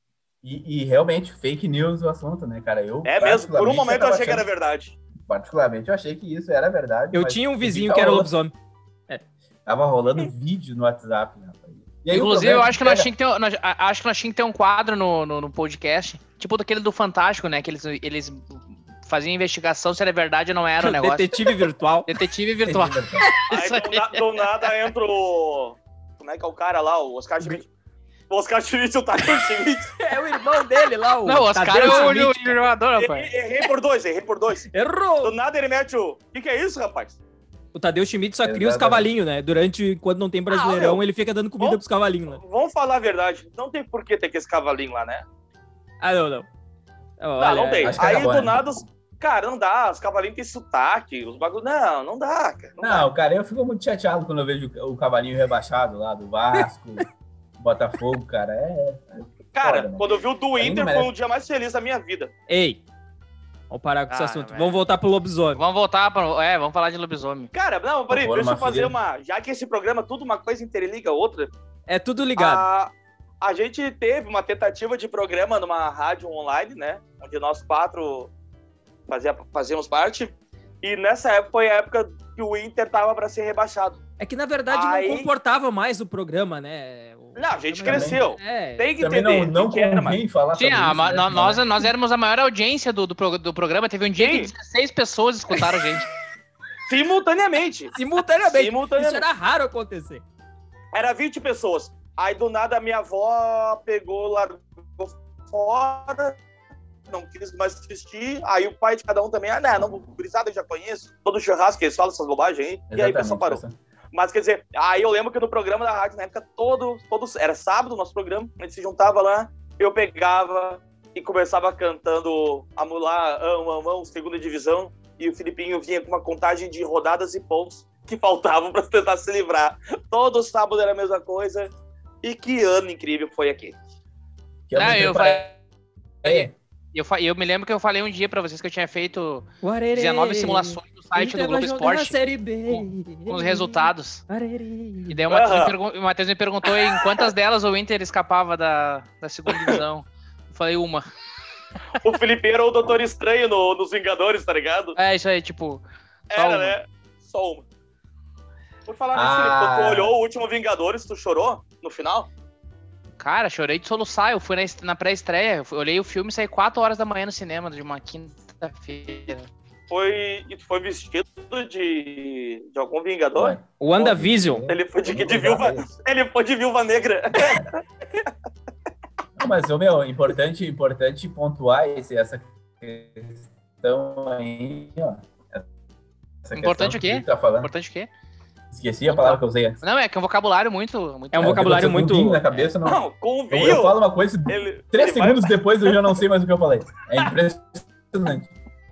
E realmente, fake news o assunto, né, cara? Eu, É mesmo, por um particularmente, momento eu tava achei que era achando- verdade. Particularmente, eu achei que isso era verdade. Eu mas tinha um eu vi vizinho tava que era rolando- lobisomem. Tava rolando vídeo no WhatsApp, rapaz. E aí, o Inclusive, problema eu é acho que nós era- tínhamos que ter, acho que nós tínhamos que ter um quadro no podcast, tipo daquele do Fantástico, né? Que eles faziam investigação se era verdade ou não era o negócio. Detetive virtual. Detetive virtual. Aí Isso aí. do nada entra o. Como é que é o cara lá? O Oscar Schmidt. O Oscar Schmidt e o Tadeu Schmidt. É o irmão dele lá, o Não, o Oscar Tadeu é Schmidt, o jogador, rapaz. Errei por dois. Do Errou! nada ele mete o. O que é isso, rapaz? O Tadeu Schmidt só cria os Exatamente. cavalinhos, né? Durante, quando não tem Brasileirão, meu. ele fica dando comida Bom. pros cavalinhos, né? Vamos falar a verdade. Não tem por que ter esse cavalinho lá, né? Ah, não. Não tem. acho que Aí acabou, do né? nada, cara, não dá. Os cavalinhos têm sotaque, os bagulhos. Não dá, cara. Não dá. Não, cara, eu fico muito chateado quando eu vejo o cavalinho rebaixado lá do Vasco, Botafogo, cara. Cara, foda, né? quando eu vi o do Aí não Inter, merece. foi o dia mais feliz da minha vida. Ei, vamos parar com esse Ah, assunto. velho. Vamos voltar pro lobisomem. Vamos voltar vamos falar de lobisomem. Cara, não, peraí, Pô, deixa eu uma fazer filha. uma. Já que esse programa, tudo uma coisa interliga a outra. É tudo ligado. A gente teve uma tentativa de programa numa rádio online, né? Onde nós 4 fazíamos parte. E nessa época foi a época que o Inter tava para ser rebaixado. É que, na verdade, Aí- não comportava mais o programa, né? Não, a gente programa- cresceu. É. Tem que Também entender. não que era, mas- convém falar Sim, sobre isso, né? nós éramos a maior audiência do programa. Teve um dia que Sim. 16 pessoas escutaram a gente. Simultaneamente. Simultaneamente. Simultaneamente. Isso era raro acontecer. Era 20 pessoas. Aí do nada a minha avó pegou, largou fora, não quis mais assistir. Aí o pai de cada um também, não, gurizada eu já conheço. Todo churrasco, eles falam essas bobagens aí. E aí o pessoal parou. Mas quer dizer, aí eu lembro que no programa da rádio, na época, todos era sábado o nosso programa, a gente se juntava lá, eu pegava e começava cantando a Mulá, segunda divisão, e o Filipinho vinha com uma contagem de rodadas e pontos que faltavam para tentar se livrar. Todo sábado era a mesma coisa. E que ano incrível foi aquele. Eu me lembro que eu falei um dia pra vocês que eu tinha feito 19 simulações no site do Globo Esporte com os resultados. E daí o Matheus me perguntou em quantas delas o Inter escapava da segunda divisão. Eu falei uma. O Felipe era o Doutor Estranho nos Vingadores, tá ligado? É, isso aí, tipo... Era, né? Só uma. Por falar nisso, Felipe, tu olhou o último Vingadores, tu chorou no final? Cara, chorei de soluçar. Eu fui na pré-estreia, eu olhei o filme e saí 4 horas da manhã no cinema, de uma quinta-feira. E tu foi vestido de algum Vingador? O WandaVision. Ele foi de Viúva Negra. Não, mas, importante pontuar essa questão aí, ó. Importante o quê? Tá falando. Importante o quê? Esqueci a palavra que eu usei antes. Não, é que é um vocabulário muito... É um vocabulário muito... Na cabeça, não. Não, com vinho. Eu falo uma coisa, 3 segundos depois eu já não sei mais o que eu falei. É impressionante.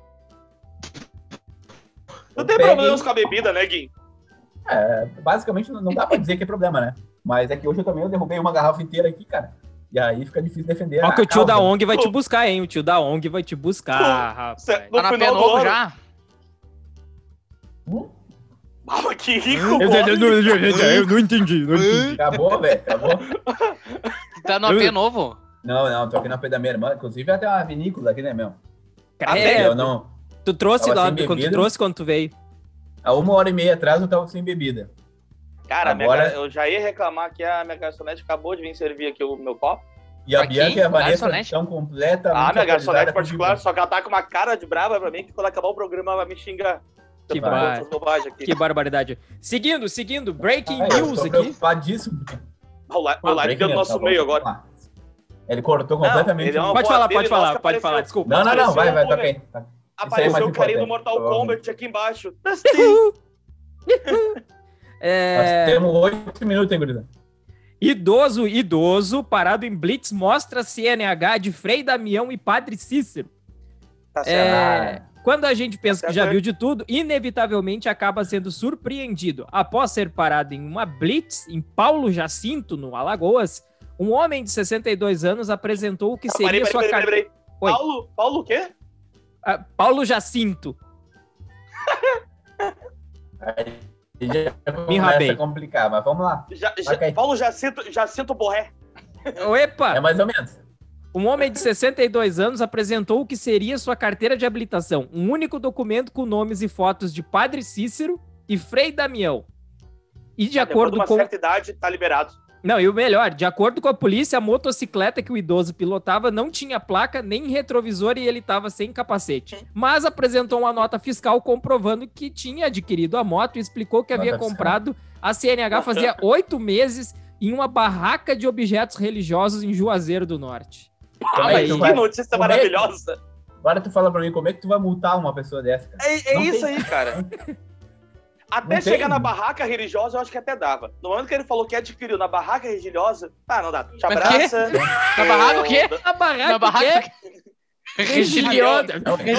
Não tem problemas com a bebida, né, Gui? Basicamente não dá pra dizer que é problema, né? Mas é que hoje eu derrubei uma garrafa inteira aqui, cara. E aí fica difícil defender. Ó que o tio da ONG vai te buscar, hein? O tio da ONG vai te buscar, rapaz. No Tá na final do P-Novo ano. já? Ah, que rico, Eu não entendi. Acabou, velho. Acabou. Tá no AP novo? Não, tô aqui na pé da minha irmã. Inclusive até uma vinícola aqui, né, meu? É, Eu não... tu trouxe Tava lá, sem quando tu bebida. trouxe quando tu veio. Há 1h30 atrás eu tava sem bebida. Cara, Agora- eu já ia reclamar que a minha garçonete acabou de vir servir aqui o meu copo. E a Pra Bianca quem? e a Vanessa Garçonete? estão completamente Minha garçonete atualizadas particular, comigo. só que ela tá com uma cara de brava pra mim, que quando acabar o programa ela vai me xingar. Que Eu tô falando bar- essas bobagens aqui. Que barbaridade. Seguindo, breaking Eu news tô aqui. preocupadíssimo. O Live deu no nosso meio agora. Ele cortou completamente. ele é uma Pode boa falar, dele, pode falar, nossa, pode apareceu. falar, desculpa. Não, Apareceu vai, um toca momento. aí. Tá. Isso aí é Apareceu mais o carinha do importante, Mortal provavelmente. Kombat aqui embaixo. Dustin! Nós temos 8 minutos, hein, gurida? Idoso, parado em blitz, mostra CNH de Frei Damião e Padre Cícero. Tá certo. Quando a gente pensa que já viu de tudo, inevitavelmente acaba sendo surpreendido. Após ser parado em uma blitz em Paulo Jacinto, no Alagoas, um homem de 62 anos apresentou o que seria sua carteira... Paulo o quê? Paulo Jacinto. Aí já começa a complicar, mas vamos lá. Paulo Jacinto Borré. Epa! É mais ou menos. Um homem de 62 anos apresentou o que seria sua carteira de habilitação, um único documento com nomes e fotos de Padre Cícero e Frei Damião. E de acordo com... certa idade, tá liberado. Não, e o melhor, de acordo com a polícia, a motocicleta que o idoso pilotava não tinha placa nem retrovisor e ele estava sem capacete. Mas apresentou uma nota fiscal comprovando que tinha adquirido a moto e explicou que havia comprado a CNH fazia 8 meses em uma barraca de objetos religiosos em Juazeiro do Norte. Que notícia maravilhosa. Agora tu fala pra mim, como é que tu vai multar uma pessoa dessa, cara? É isso aí, cara. Até chegar na barraca religiosa, eu acho que até dava. No momento que ele falou que adquiriu na barraca religiosa, não dá. Te abraça. Na barraca o quê? Na barraca religiosa.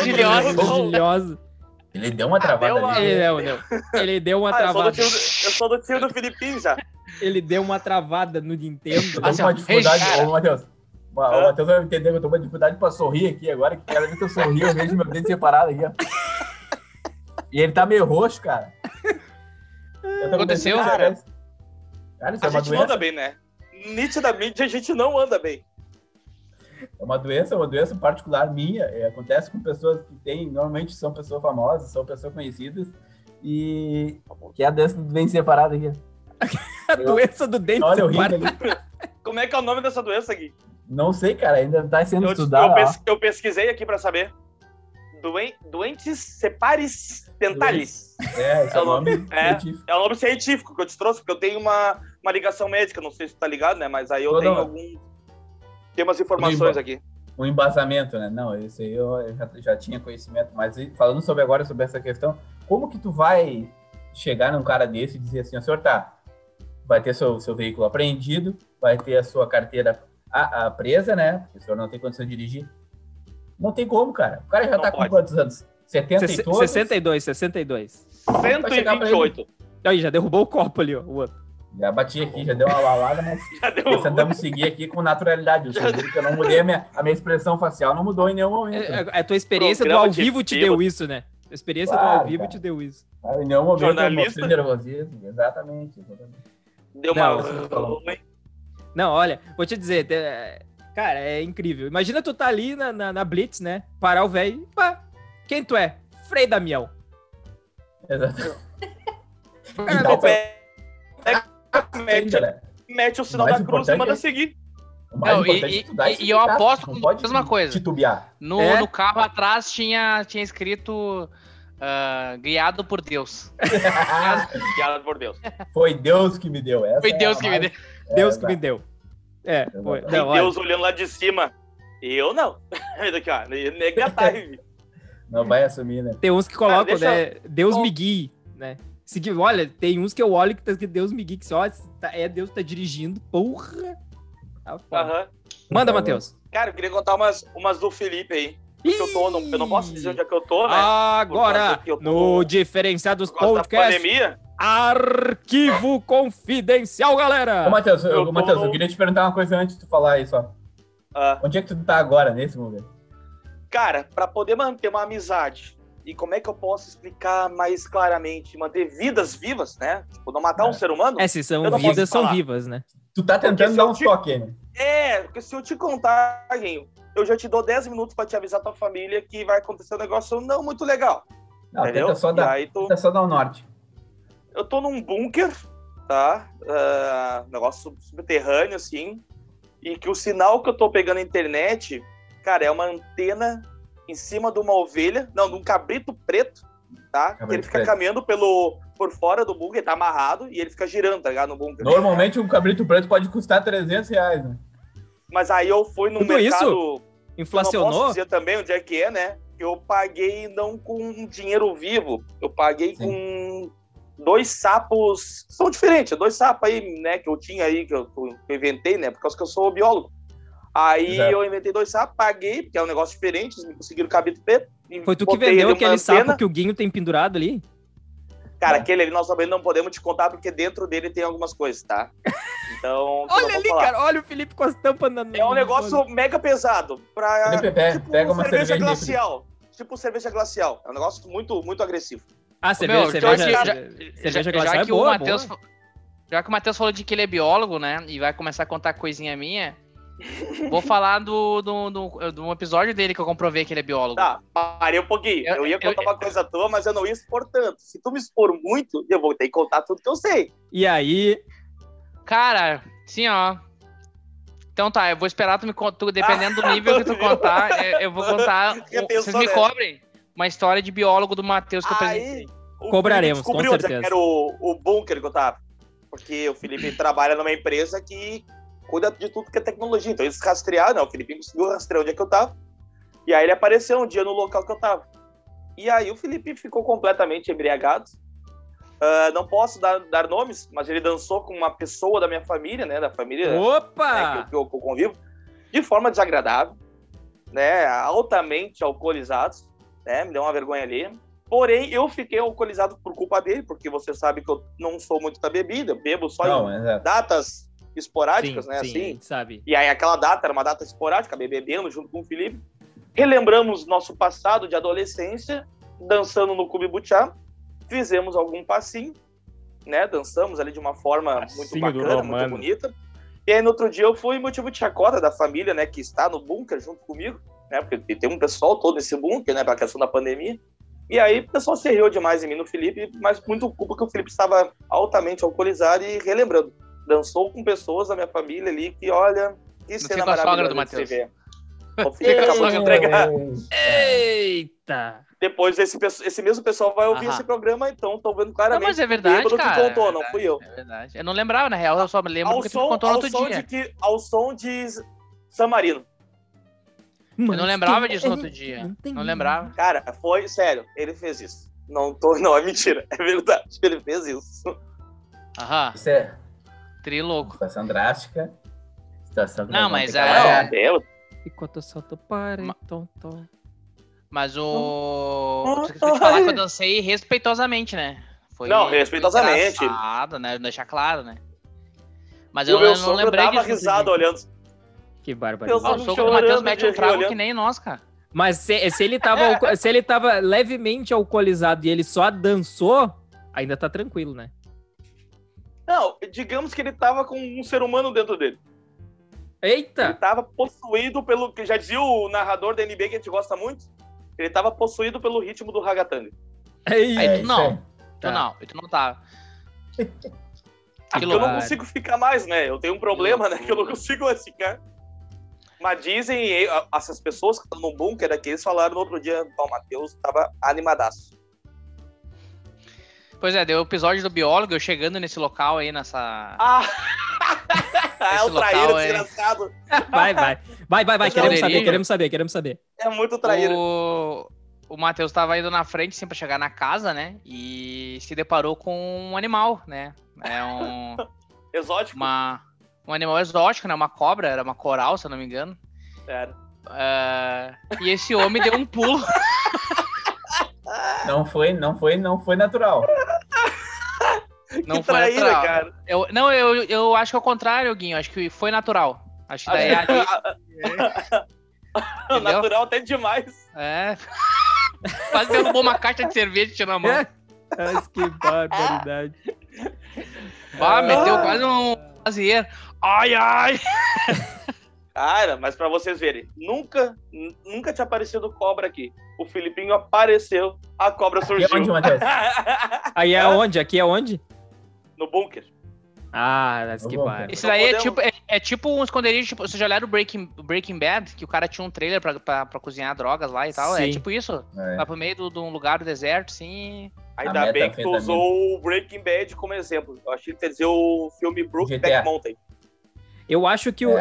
Ele deu uma travada ali. Ele deu uma travada. Eu sou do tio do Filipinho já. Ele deu uma travada no Nintendo. Eu tô com uma dificuldade, Matheus. O Matheus vai entender que eu tô com uma dificuldade pra sorrir aqui agora, que cada vez que eu sorri, eu vejo meu dedo separado aqui, ó. E ele tá meio roxo, cara. O que aconteceu? Cara, isso a é uma gente doença. não anda bem, né? Nitidamente a gente não anda bem. É uma doença particular minha. Acontece com pessoas que têm, normalmente são pessoas famosas, são pessoas conhecidas, e que é a doença do dente separado aqui. A doença do dente separado. Como é que é o nome dessa doença aqui? Não sei, cara, ainda tá sendo estudado. Eu pesquisei aqui pra saber. Doentes separis dentalis. Esse é o nome científico. É o nome científico que eu te trouxe, porque eu tenho uma ligação médica, não sei se tu tá ligado, né? Mas aí eu tenho umas informações aqui. Um embasamento, né? Não, esse aí eu já tinha conhecimento. Mas falando sobre essa questão, como que tu vai chegar num cara desse e dizer assim, senhor, vai ter seu veículo apreendido, vai ter a sua carteira presa, né? Porque o senhor não tem condição de dirigir. Não tem como, cara. O cara já tá com quantos anos? 70 e todos? 62. 128. Aí, já derrubou o copo ali, ó, o outro. Já bati aqui, já deu uma lalada, mas tentamos seguir aqui com naturalidade. Vocês viram que eu não mudei a minha expressão facial, não mudou em nenhum momento. A tua experiência do ao vivo te deu isso, né? A experiência do ao vivo te deu isso. Em nenhum momento eu mostrei nervosismo. Exatamente. Deu uma... Não, olha, vou te dizer... Cara, é incrível. Imagina tu tá ali na Blitz, né? Parar o velho. Pá, quem tu é? Frei Damião. Exato. Mete o sinal da cruz e manda seguir. E eu aposto com a mesma coisa. Titubear. No carro atrás tinha escrito guiado por Deus. Guiado por Deus. Foi Deus que me deu. Foi Deus que me deu. Deus que me deu. Foi. Não, Deus olhando lá de cima. Eu não. Daqui, ó. Negative. Não vai assumir, né? Tem uns que colocam, né? Deus me guie, né? Olha, tem uns que eu olho que tá escrito Deus me guie, que só Deus tá dirigindo. Porra! Manda, Matheus. Cara, eu queria contar umas do Felipe aí. Eu não posso dizer onde é que eu tô, né? Agora, no Diferenciados Podcast. Arquivo confidencial, galera! Ô, Matheus, eu queria te perguntar uma coisa antes de tu falar isso, ó. Onde é que tu tá agora, nesse momento? Cara, pra poder manter uma amizade, e como é que eu posso explicar mais claramente? Manter vidas vivas, né? Tipo, não matar um ser humano? Se são vidas, são vivas, né? Tu tá tentando dar um toque, né? Porque se eu te contar, Guinho, eu já te dou 10 minutos pra te avisar tua família que vai acontecer um negócio não muito legal. Não, entendeu? Tenta só dar o norte. Eu tô num bunker, tá? Negócio subterrâneo, assim. E que o sinal que eu tô pegando na internet, cara, é uma antena em cima de uma ovelha. Não, de um cabrito preto, tá? Que ele fica caminhando por fora do bunker, tá amarrado, e ele fica girando, tá ligado? No bunker. Normalmente um cabrito preto pode custar R$300, né? Mas aí eu fui no mercado... Isso? Inflacionou? Eu não posso dizer também onde é que é, né? Eu paguei não com dinheiro vivo, eu paguei com 2 sapos, são diferentes, 2 sapos aí, né, que eu tinha aí, que eu inventei, né, por causa que eu sou biólogo. Aí eu inventei 2 sapos, paguei, porque é um negócio diferente, eles me conseguiram caber do pé. Foi tu que vendeu aquele sapo que o Guinho tem pendurado ali? Cara, aquele ali nós também não podemos te contar, porque dentro dele tem algumas coisas, tá? Então... olha ali, falar. Cara, olha o Felipe com as tampas na... É um negócio mega pesado, pra... tipo pega uma cerveja glacial. Tipo cerveja glacial. É um negócio muito, muito agressivo. Ah, cerveja glacial é boa, Já que o Matheus falou de que ele é biólogo, né, e vai começar a contar coisinha minha, vou falar do episódio dele que eu comprovei que ele é biólogo. Tá, parei um pouquinho. Eu ia contar uma coisa tua, mas eu não ia expor tanto. Se tu me expor muito, eu vou ter que contar tudo que eu sei. E aí? Cara, sim, ó. Então tá, eu vou esperar tu me contar, dependendo do nível que tu contar, eu vou contar. Vocês me cobrem uma história de biólogo do Matheus que eu apresentei. Cobraremos, com certeza. Onde era o bunker que eu tava. Porque o Felipe trabalha numa empresa que cuida de tudo que é tecnologia. Então eles rastrearam, né? O Felipe conseguiu rastrear onde é que eu tava. E aí ele apareceu um dia no local que eu tava. E aí o Felipe ficou completamente embriagado. Não posso dar nomes, mas ele dançou com uma pessoa da minha família, né? Da família né, que eu convivo, de forma desagradável, né? Altamente alcoolizados, né? Me deu uma vergonha ali. Porém, eu fiquei alcoolizado por culpa dele, porque você sabe que eu não sou muito da bebida, eu bebo só em datas esporádicas, né? Sim, assim. Sabe. E aí aquela data era uma data esporádica, bebendo junto com o Felipe. Relembramos nosso passado de adolescência, dançando no Clube Butiá. Fizemos algum passinho, né? Dançamos ali de uma forma muito bacana, muito bonita. E aí no outro dia eu fui motivo de chacota da família, né? Que está no bunker junto comigo, né? Porque tem um pessoal todo nesse bunker, né? Pra questão da pandemia. E aí o pessoal se riu demais em mim no Felipe, mas muito culpa que o Felipe estava altamente alcoolizado e relembrando. Dançou com pessoas da minha família ali que, olha, que cena maravilhosa de se ver. O Felipe acabou de entregar. Eita! Depois esse mesmo pessoal vai ouvir esse programa, então estão vendo claramente. Não, mas é verdade, cara. Que contou, não fui eu. É verdade. Eu não lembrava, na real, eu só me lembro que tu contou no outro dia. Ao som de San Marino. Eu não lembrava disso no outro dia. Não lembrava. Cara, foi sério, ele fez isso. Não é mentira, é verdade. Ele fez isso. Aham. Isso é trilouco. Situação drástica. Situação que não, mas enquanto eu solto para, mas eu te falar que eu dancei respeitosamente, né? Foi respeitosamente. Engraçado, né? Deixar claro, né? Mas eu não lembrei disso. Eu dava risada olhando. Que barbaridade. O soco do Matheus mete um trago que nem nós, cara. Mas se ele tava levemente alcoolizado e ele só dançou, ainda tá tranquilo, né? Não, digamos que ele tava com um ser humano dentro dele. Eita! Ele tava possuído pelo... que já dizia o narrador da NBA que a gente gosta muito. Ele tava possuído pelo ritmo do ragatanga. Aí tu não. Tu não tava. Eu não consigo ficar mais, né? Eu tenho um problema, né? Que eu não consigo mais ficar. Mas dizem, essas pessoas que estão no bunker aqui, eles falaram no outro dia, o Matheus tava animadaço. Pois é, deu o episódio do biólogo, eu chegando nesse local aí, nessa... É o traíra desgraçado. Vai, queremos saber. É muito traíra. O Matheus tava indo na frente, sempre pra chegar na casa, né? E se deparou com um animal, né? É um... exótico? Um animal exótico, né? Uma cobra, era uma coral, se eu não me engano. Era. E esse homem deu um pulo. Não foi natural. Não foi traíra, natural. Cara. Eu acho que é o contrário, Guinho. Acho que foi natural. Acho que daí natural até demais. É. Quase derrubou uma caixa de cerveja e tirou na mão. Mas que barbaridade. Meteu quase um brasileiro. Ai! Cara, mas pra vocês verem, nunca tinha aparecido cobra aqui. O Filipinho apareceu, a cobra surgiu. Aqui é onde, Matheus? Aí é onde? Aqui é onde? No bunker. Mas que barbaridade. Isso daí é tipo um esconderijo, tipo, vocês já olharam o Breaking Bad, que o cara tinha um trailer pra cozinhar drogas lá e tal? Sim. É tipo isso? Lá pro meio de um lugar do deserto, sim. Ainda bem que tu usou o Breaking Bad como exemplo. Eu achei que quer dizer o filme Brokeback Mountain. Eu acho que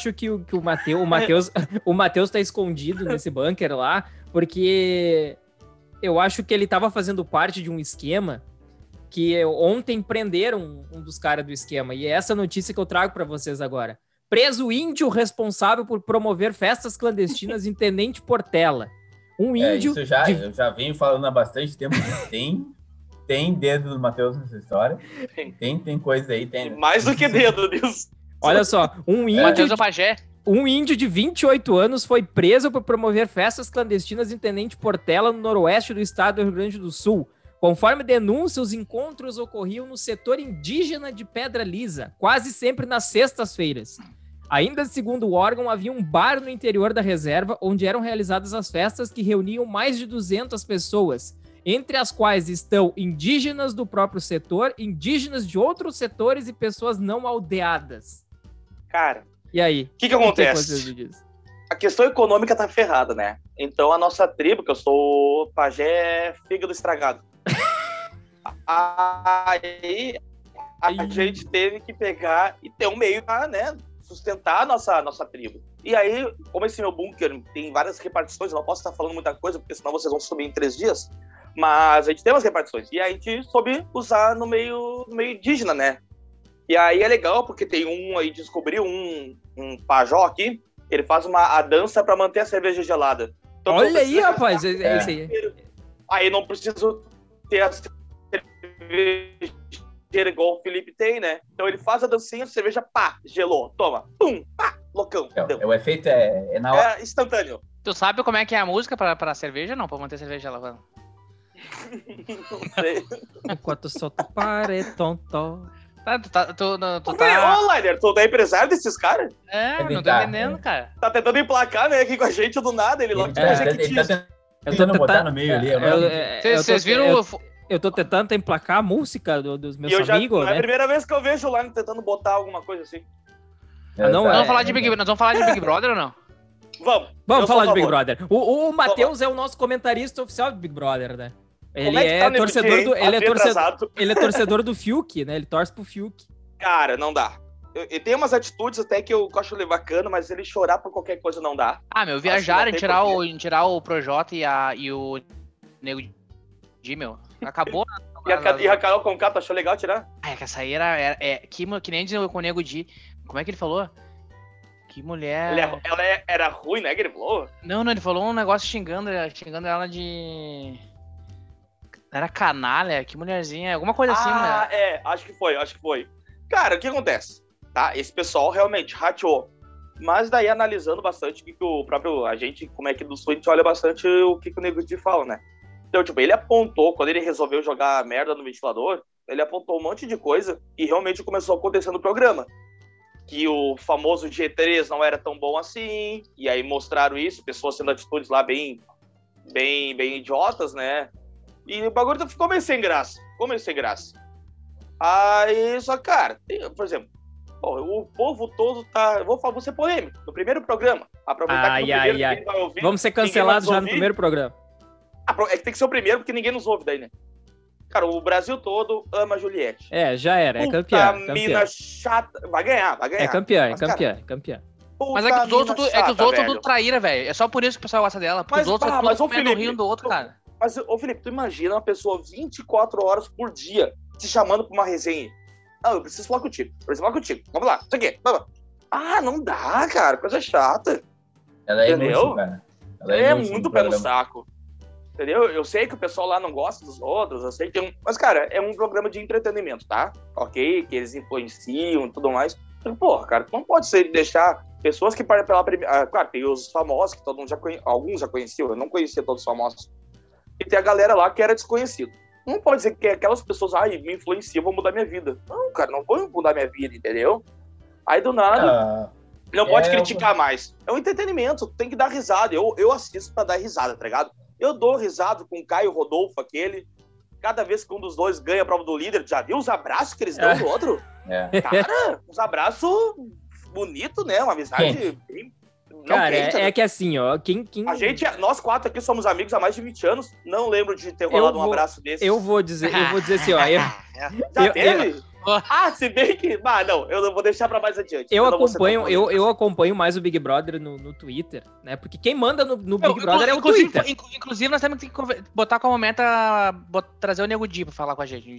o Matheus tá escondido nesse bunker lá, porque eu acho que ele tava fazendo parte de um esquema que ontem prenderam um dos caras do esquema. E é essa notícia que eu trago para vocês agora. Preso índio responsável por promover festas clandestinas em Tenente Portela. Um índio... Isso eu já venho falando há bastante tempo que tem dedo do Matheus nessa história. Tem coisa aí. Tem mais do que dedo nisso. Olha só, Matheus é Pajé. Um índio de 28 anos foi preso por promover festas clandestinas em Tenente Portela, no noroeste do estado do Rio Grande do Sul. Conforme denúncia, os encontros ocorriam no setor indígena de Pedra Lisa, quase sempre nas sextas-feiras. Ainda segundo o órgão, havia um bar no interior da reserva, onde eram realizadas as festas que reuniam mais de 200 pessoas, entre as quais estão indígenas do próprio setor, indígenas de outros setores e pessoas não aldeadas. Cara, e aí? O que acontece? A questão econômica tá ferrada, né? Então a nossa tribo, que eu sou pajé fígado estragado. Aí a gente teve que pegar e ter um meio pra, né, sustentar a nossa tribo. E aí, como esse meu bunker tem várias repartições, eu não posso estar falando muita coisa, porque senão vocês vão subir em 3 dias, mas a gente tem umas repartições. E a gente soube usar no meio indígena, né? E aí é legal, porque tem aí, descobriu um pajó aqui, ele faz a dança para manter a cerveja gelada. Então, olha aí, rapaz, é isso aí. Aí não preciso ter a cerveja igual o Felipe tem, né? Então ele faz a dancinha, a cerveja, pá, gelou, toma, pum, pá, loucão. O efeito é na hora. É instantâneo. Tu sabe como é que é a música pra cerveja, não? Pra manter a cerveja lavando? Não sei. Enquanto solta o paredão, Tu tá... Ô, Liner, tu é empresário desses caras? Não tô entendendo, cara. Tá tentando emplacar, né, aqui com a gente do nada. Ele tá tentando botar no meio ali. Vocês viram... Eu tô tentando emplacar a música dos meus amigos, né? É a primeira vez que eu vejo o Liner tentando botar alguma coisa assim. Nós vamos falar de Big Brother ou não? Vamos falar de Big Brother. O Matheus é o nosso comentarista oficial de Big Brother, né? Ele é torcedor do Fiuk, né? Ele torce pro Fiuk. Cara, não dá. Ele tem umas atitudes até que eu acho bacana, mas ele chorar por qualquer coisa não dá. Viajaram em tirar o Projota e o Nego Di, meu. Acabou. E a Carol Conká, tu achou legal tirar? Que essa aí que nem dizer com o Nego Di. Como é que ele falou? Que mulher... Ela era ruim, né, que ele falou? Não, ele falou um negócio xingando ela de... Era canalha, que mulherzinha, alguma coisa assim, né? Acho que foi. Cara, o que acontece? Tá, esse pessoal realmente rateou. Mas daí, analisando bastante o que o próprio agente, como é que do Sul, a gente olha bastante o que o Nego Di fala, né? Então, tipo, ele apontou, quando ele resolveu jogar merda no ventilador, ele apontou um monte de coisa e realmente começou a acontecer no programa. Que o famoso G3 não era tão bom assim, e aí mostraram isso, pessoas tendo atitudes lá bem idiotas, né? E o bagulho ficou meio sem graça. Aí, só, cara, por exemplo, o povo todo tá... Vou ser polêmico. No primeiro programa, aproveitar que no primeiro ninguém vai ouvir... Vamos ser cancelados já no primeiro programa. É que tem que ser o primeiro, porque ninguém nos ouve daí, né? Cara, o Brasil todo ama a Juliette. Já era, é campeã. Mina chata. Vai ganhar. É campeã. Mas é que os outros tudo traíra, velho. É só por isso que o pessoal gosta dela. Porque os outros tudo comendo rindo do outro, cara. Mas, Felipe, tu imagina uma pessoa 24 horas por dia te chamando pra uma resenha. Eu preciso falar contigo. Vamos lá, isso aqui. Vamos. Não dá, cara. Coisa chata. Ela é inútil, cara. Ela é muito pé no saco. Entendeu? Eu sei que o pessoal lá não gosta dos outros, eu sei que mas, cara, é um programa de entretenimento, tá? Ok, que eles influenciam e tudo mais. Mas, porra, cara, não pode ser deixar pessoas que pela primeira... claro, tem os famosos, que todo mundo alguns já conheciam, eu não conhecia todos os famosos. E tem a galera lá que era desconhecido. Não pode dizer que aquelas pessoas, me influenciam, vão mudar minha vida. Não, cara, não vou mudar minha vida, entendeu? Aí, do nada, não pode criticar mais. É um entretenimento, tem que dar risada. Eu assisto pra dar risada, tá ligado? Eu dou risada com o Caio Rodolfo, cada vez que um dos dois ganha a prova do líder. Já viu os abraços que eles dão do outro? Cara, uns abraços bonitos, né? Uma amizade bem... Cara, é que assim, ó, nós 4 aqui somos amigos há mais de 20 anos, não lembro de ter rolado um abraço desse. Eu vou dizer assim, ó... Já teve? Se bem que... não, eu não vou deixar pra mais adiante. Eu acompanho mais o Big Brother no Twitter, né? Porque quem manda no Big Brother é o Twitter. Inclusive, nós temos que botar como meta trazer o Nego Di pra falar com a gente um dia.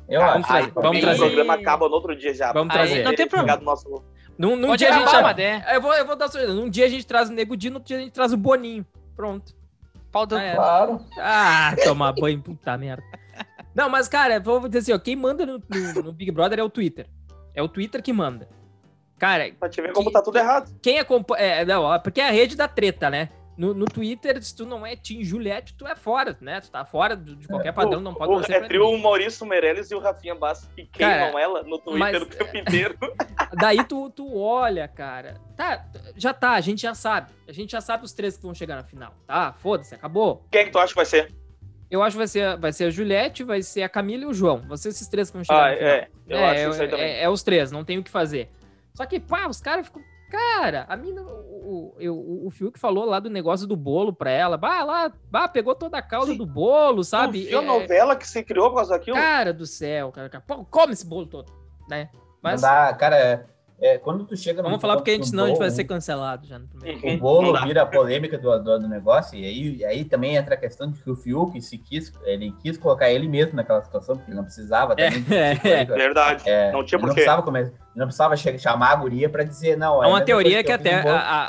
Vamos trazer. O programa acaba no outro dia já. Vamos trazer. Não tem problema. Num dia a gente... Eu vou dar sugestão. Num dia a gente traz o Nego Di, no outro dia a gente traz o Boninho. Pronto. Pau do... Claro. Tomar banho, puta merda. Não, mas, cara, vou dizer assim, ó, quem manda no Big Brother é o Twitter. É o Twitter que manda. Cara... Pra te ver como tá tudo errado. Quem acompanha... porque é a rede da treta, né? No Twitter, se tu não é Team Juliette, tu é fora, né? Tu tá fora de qualquer padrão, não pode torcer pra ninguém. O Maurício Meirelles e o Rafinha Bastos que queimam ela no Twitter o tempo inteiro. Daí tu olha, cara. A gente já sabe. A gente já sabe os 3 que vão chegar na final, tá? Foda-se, acabou. Quem é que tu acha que vai ser? Eu acho que vai ser a Juliette, vai ser a Camila e o João. Vão ser esses 3 que vão chegar na final. Eu acho isso aí também. É os 3, não tem o que fazer. Só que, os caras ficam... Cara, a mina, o Fiuk falou lá do negócio do bolo pra ela. Pegou toda a cauda do bolo, sabe? Tu viu a novela que se criou por causa daquilo? Cara do céu, cara. Pô, come esse bolo todo, né? Mas... Não dá, cara, quando tu chega... Vamos falar porque senão a gente vai ser cancelado já no primeiro. O bolo vira a polêmica do negócio, e aí também entra a questão de que o Fiuk ele quis colocar ele mesmo naquela situação, porque ele não precisava também. Verdade, não tinha porquê. Não precisava chamar a guria pra dizer, não... Há uma teoria que até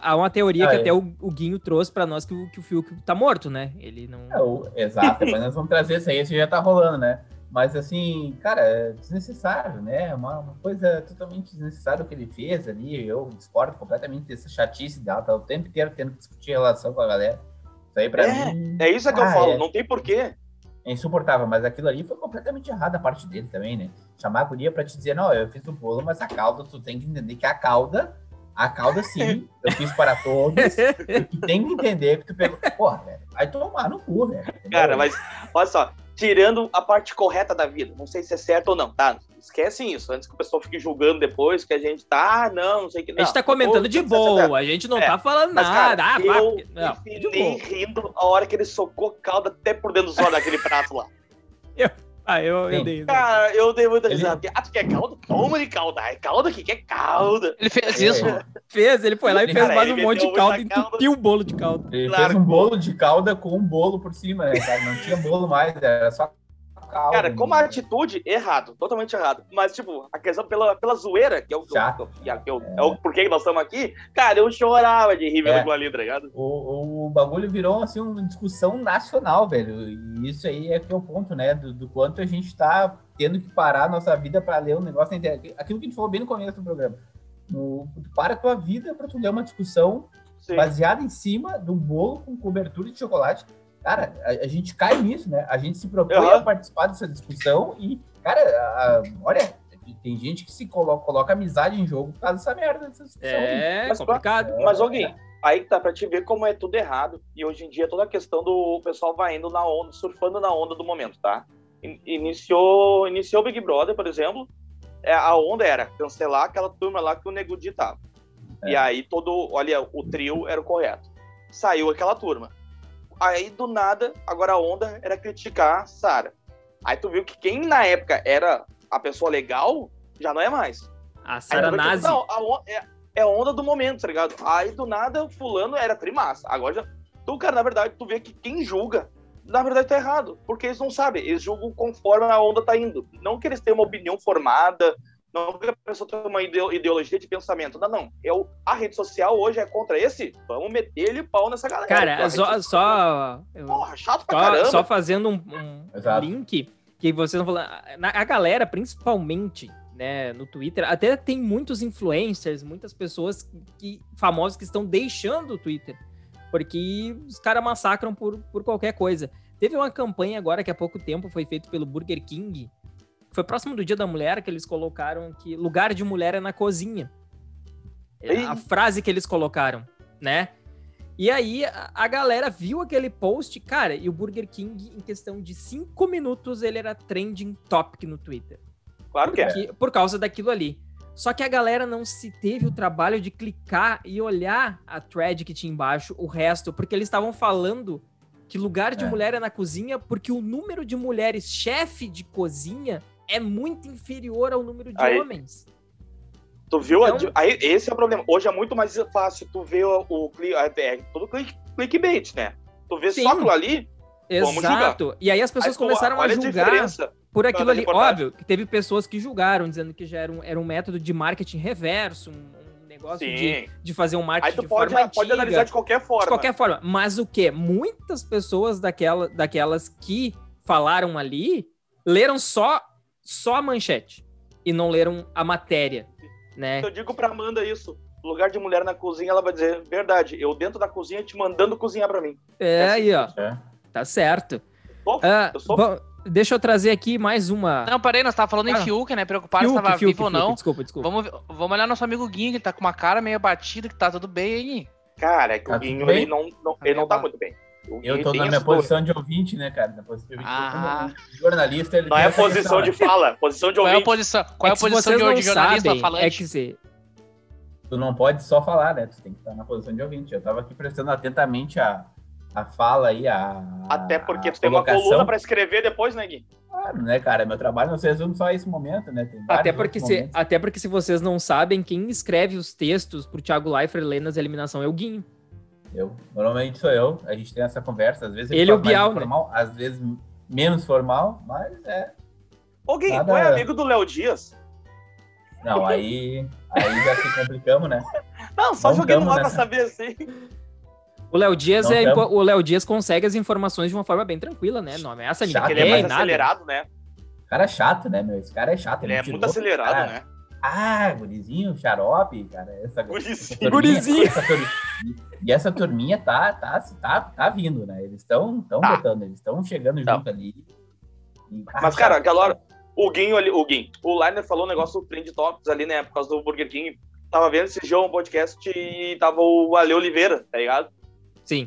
o Guinho trouxe pra nós que o Fiuk tá morto, né? Ele não... Exato, mas nós vamos trazer isso aí, isso já tá rolando, né? Mas, assim, cara, é desnecessário, né? Uma coisa totalmente desnecessária o que ele fez ali. Eu discordo completamente dessa chatice dela. Tá o tempo inteiro tendo que discutir relação com a galera. Isso aí, pra mim... É isso que eu falo, não tem porquê. É insuportável, mas aquilo ali foi completamente errado a parte dele também, né? Chamar a guria pra te dizer, não, eu fiz o bolo, mas a cauda, tu tem que entender que a cauda sim, eu fiz para todos, e tem que entender que tu pegou... Porra, velho, vai tomar no cu, velho. Cara, mas, olha só, tirando a parte correta da vida, não sei se é certo ou não, tá? Esquecem isso, antes que o pessoal fique julgando depois que a gente tá, não sei o que. Não, a gente tá comentando de boa, a gente não tá falando nada. Cara, eu nem rindo a hora que ele socou calda até por dentro do sol daquele prato lá. Eu dei. Cara, eu dei muita risada. Tu quer calda? Toma de calda. É calda que quer calda. Ele fez isso. Ele foi lá e fez mais um monte de calda e entupiu o bolo de calda. Ele fez um bolo de calda com um bolo por cima, né, cara? Não tinha bolo mais, era só calda. Cara, como a atitude, errado. Totalmente errado. Mas, tipo, a questão pela zoeira, que é o porquê que nós estamos aqui, cara, eu chorava de rir vendo aquilo ali, tá ligado? O bagulho virou, assim, uma discussão nacional, velho. E isso aí é que é o ponto, né? Do quanto a gente tá tendo que parar a nossa vida pra ler um negócio na internet. Aquilo que a gente falou bem no começo do programa. Tu para a tua vida pra tu ler uma discussão baseada em cima de um bolo com cobertura de chocolate. Cara, a gente cai nisso, né? A gente se propõe a participar dessa discussão e, cara, olha, tem gente que se coloca amizade em jogo por causa dessa merda. Dessa discussão. É complicado. Mas alguém, aí tá pra te ver como é tudo errado. E hoje em dia toda a questão do pessoal vai indo na onda, surfando na onda do momento, tá? Iniciou o Big Brother, por exemplo, a onda era cancelar aquela turma lá que o Nego Di tava. E aí o trio era o correto. Saiu aquela turma. Aí, do nada, agora a onda era criticar a Sarah. Aí tu viu que quem na época era a pessoa legal, já não é mais. A Sarah nazi. Não, é a onda do momento, tá ligado? Aí, do nada, fulano era trimassa. Agora já... Tu, cara, na verdade, tu vê que quem julga, na verdade, tá errado. Porque eles não sabem. Eles julgam conforme a onda tá indo. Não que eles tenham uma opinião formada, não que a pessoa tenha uma ideologia de pensamento. Não. A rede social hoje é contra esse. Vamos meter-lhe pau nessa galera. Cara, chato pra caramba. Só fazendo um link que vocês não falam. A galera, principalmente, né, no Twitter, até tem muitos influencers, muitas pessoas famosos que estão deixando o Twitter. Porque os caras massacram por qualquer coisa. Teve uma campanha agora que há pouco tempo foi feita pelo Burger King. Foi próximo do Dia da Mulher que eles colocaram que lugar de mulher é na cozinha. A frase que eles colocaram, né? E aí a galera viu aquele post, cara, e o Burger King, em questão de 5 minutos, ele era trending topic no Twitter. Claro que é. Por causa daquilo ali. Só que a galera não se teve o trabalho de clicar e olhar a thread que tinha embaixo, o resto, porque eles estavam falando que lugar de mulher é na cozinha, porque o número de mulheres chefe de cozinha é muito inferior ao número de homens. Tu viu? Então, aí, esse é o problema. Hoje é muito mais fácil tu ver todo clickbait, né? Tu vê só aquilo ali, exato. E aí as pessoas começaram a julgar. por aquilo ali. Óbvio que teve pessoas que julgaram, dizendo que já era um método de marketing reverso, um negócio de fazer um marketing de forma antiga. Pode analisar de qualquer forma. De qualquer forma. Mas o quê? Muitas pessoas daquelas que falaram ali, leram só a manchete e não leram a matéria, né? Eu digo pra Amanda isso. No lugar de mulher na cozinha, ela vai dizer, verdade, eu dentro da cozinha te mandando cozinhar pra mim. Aí, ó. Tá certo. Deixa eu trazer aqui mais uma... Não, parei, nós tava falando em Fiuk, né? Preocupado se tava vivo ou não. Desculpa. Vamos olhar nosso amigo Guinho, que tá com uma cara meio abatida, que tá tudo bem aí. Cara, é que o Guinho, ele não tá muito bem. Eu tô na minha posição de ouvinte, né, cara? Na posição de ouvinte. Como jornalista, ele não é posição de fala, posição de ouvinte. Qual é a posição de jornalista falante? É que dizer... Tu não pode só falar, né? Tu tem que estar na posição de ouvinte. Eu tava aqui prestando atentamente a fala aí, até porque tu tem uma coluna pra escrever depois, né, Gui? Claro, né, cara? Meu trabalho não se resume só a esse momento, né? Tem até porque se vocês não sabem, quem escreve os textos pro Thiago Leifert ler nas eliminação é o Guinho. Normalmente sou eu. A gente tem essa conversa. Às vezes ele é o Bial, formal, né? Às vezes menos formal, mas Ô, Gui, tu é amigo do Léo Dias? Não, aí já se complicamos, né? Não, só joguei no ar pra saber assim. O Léo Dias consegue as informações de uma forma bem tranquila, né? Não ameaça ninguém. Ele é mais acelerado, né? O cara é chato, né, meu? Esse cara é chato. Ele é muito acelerado, né? Gurizinho, xarope, cara. Gurizinho. E essa turminha tá vindo, né? Eles estão botando, eles estão chegando junto ali. Mas, cara, aquela hora, o Liner falou um negócio do Trend Topics ali, né? Por causa do Burger King. Tava vendo esse jogo, um podcast, e tava o Ale Oliveira, tá ligado? Sim.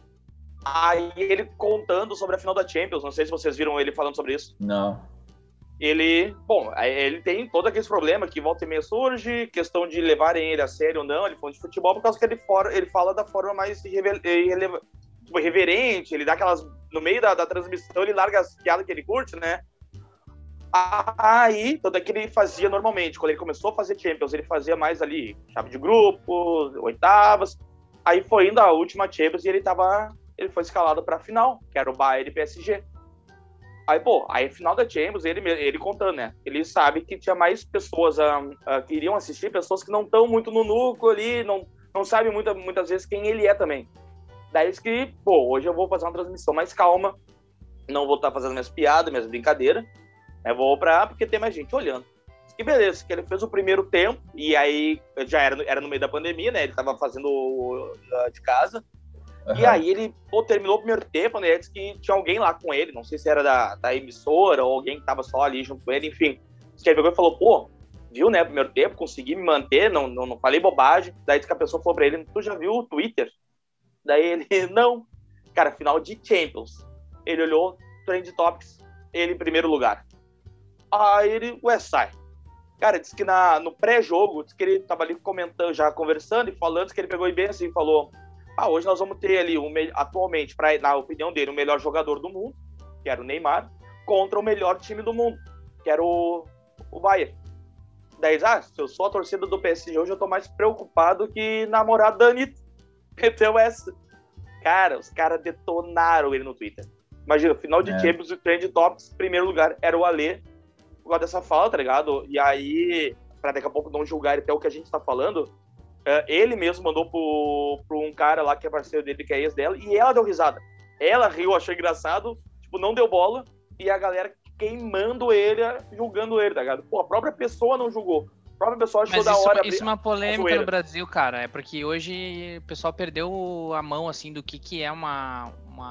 Aí ele contando sobre a final da Champions, não sei se vocês viram ele falando sobre isso. Não. Ele tem todo aquele problema que volta e meia surge, questão de levarem ele a sério ou não, ele falando de futebol, por causa que ele fala da forma mais irreverente, ele dá aquelas... No meio da transmissão, ele larga as piadas que ele curte, né? Aí, tanto é que ele fazia normalmente, quando ele começou a fazer Champions, ele fazia mais ali, chave de grupo, oitavas, aí foi indo a última Champions e ele foi escalado pra final, que era o Bayern e PSG. Aí final da Champions, ele contando, né? Ele sabe que tinha mais pessoas que iriam assistir, pessoas que não estão muito no núcleo ali, não sabem muitas vezes quem ele é também. Daí eles que, hoje eu vou fazer uma transmissão mais calma, não vou estar fazendo minhas piadas, minhas brincadeiras, vou porque tem mais gente olhando. E beleza, que ele fez o primeiro tempo, e aí já era no meio da pandemia, né? Ele tava fazendo de casa. Uhum. E aí ele terminou o primeiro tempo, né? Ele disse que tinha alguém lá com ele, não sei se era da emissora ou alguém que tava só ali junto com ele, enfim. Ele pegou e falou, viu, né? Primeiro tempo, consegui me manter, não falei bobagem. Daí que a pessoa falou pra ele, tu já viu o Twitter? Daí ele, não. Cara, final de Champions. Ele olhou, Trend Topics, ele em primeiro lugar. Aí ele, sai. Cara, disse que no pré-jogo, disse que ele tava ali comentando, já conversando e falando, disse que ele pegou e bem assim, falou, hoje nós vamos ter ali, atualmente, na opinião dele, o melhor jogador do mundo, que era o Neymar, contra o melhor time do mundo, que era o Bayern. Daí, se eu sou a torcida do PSG, hoje eu tô mais preocupado que namorado da Anitta. Então cara, os caras detonaram ele no Twitter. Imagina, final de Champions, o Trend Topics, primeiro lugar, era o Alê, por causa dessa fala, tá ligado? E aí, pra daqui a pouco não julgar até o que a gente tá falando, ele mesmo mandou pro um cara lá que é parceiro dele, que é ex dela, e ela deu risada. Ela riu, achou engraçado, não deu bola, e a galera queimando ele, julgando ele, tá ligado? A própria pessoa não julgou. A própria pessoa achou da hora. Isso é uma polêmica no Brasil, cara. É porque hoje o pessoal perdeu a mão, assim, do que é uma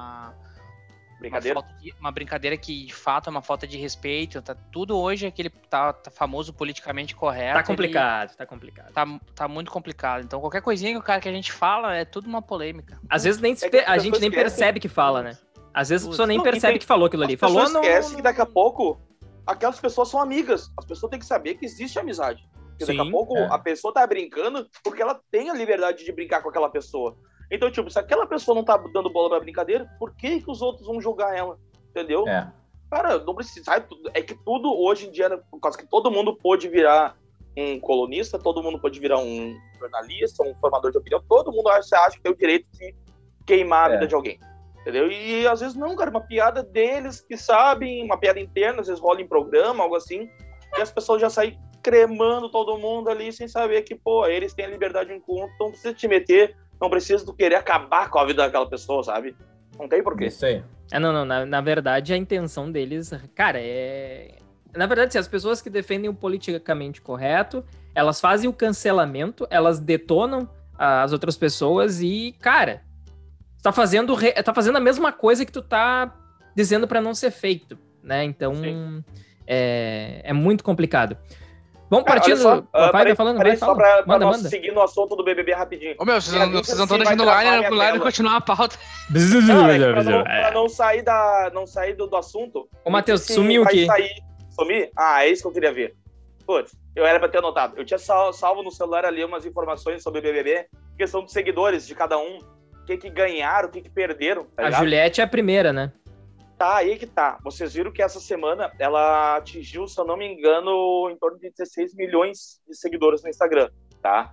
brincadeira? Uma brincadeira que, de fato, é uma falta de respeito. Tudo hoje é aquele tá famoso politicamente correto. Tá complicado. Tá muito complicado. Então, qualquer coisinha que a gente fala é tudo uma polêmica. Às vezes a gente nem percebe que fala, né? Às vezes a pessoa nem percebe que falou aquilo ali. Falou, não esquece que daqui a pouco aquelas pessoas são amigas. As pessoas têm que saber que existe amizade. Porque daqui a pouco a pessoa tá brincando porque ela tem a liberdade de brincar com aquela pessoa. Então, se aquela pessoa não tá dando bola pra brincadeira, por que os outros vão julgar ela? Entendeu? Cara, não precisa. É que tudo hoje em dia, por causa que todo mundo pôde virar um colunista, todo mundo pode virar um jornalista, um formador de opinião, todo mundo acha que tem o direito de queimar a vida de alguém. Entendeu? E às vezes não, cara, uma piada deles que sabem, uma piada interna, às vezes rola em programa, algo assim, e as pessoas já saem cremando todo mundo ali sem saber que, pô, eles têm a liberdade em conta, não precisa te meter, não precisa querer acabar com a vida daquela pessoa, sabe? Não tem porquê. Isso aí. Não, na verdade a intenção deles, cara, Na verdade, se as pessoas que defendem o politicamente correto, elas fazem o cancelamento, elas detonam as outras pessoas e, cara, tá fazendo a mesma coisa que tu tá dizendo pra não ser feito, né? Então, é muito complicado. Vamos partindo... Vai falando, vai só pra nós seguir no assunto do BBB rapidinho. Ô, meu, vocês não estão deixando o Liner continuar a pauta. Pra não sair do assunto... Ô, Matheus, sumiu aqui. Sumir? Ah, é isso que eu queria ver. Putz, eu era pra ter anotado. Eu tinha salvo no celular ali umas informações sobre o BBB, questão dos seguidores de cada um. O que ganharam, o que perderam. Tá ligado? A Juliette é a primeira, né? Tá, aí que tá. Vocês viram que essa semana ela atingiu, se eu não me engano, em torno de 16 milhões de seguidores no Instagram, tá?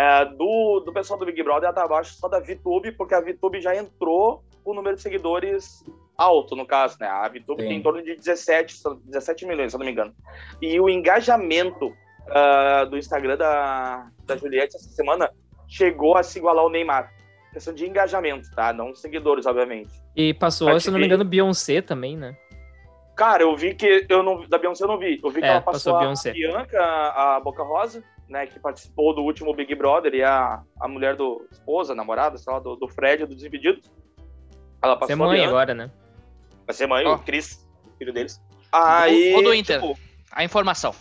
Do pessoal do Big Brother, ela tá abaixo só da VTube, porque a VTube já entrou com o número de seguidores alto, no caso, né? A VTube tem em torno de 17 milhões, se eu não me engano. E o engajamento do Instagram da Juliette essa semana chegou a se igualar ao Neymar. Questão de engajamento, tá? Não seguidores, obviamente. E passou, se eu não me engano, Beyoncé também, né? Cara, eu vi que... da Beyoncé eu não vi. Eu vi que ela passou a Bianca, a Boca Rosa, né? Que participou do último Big Brother e a mulher do... esposa, namorada, sei lá, do Fred, do Desimpedidos. Ela passou. Vai ser mãe agora, né? Vai ser mãe, o Cris, filho deles. Aí... O do Inter. Tipo, a informação.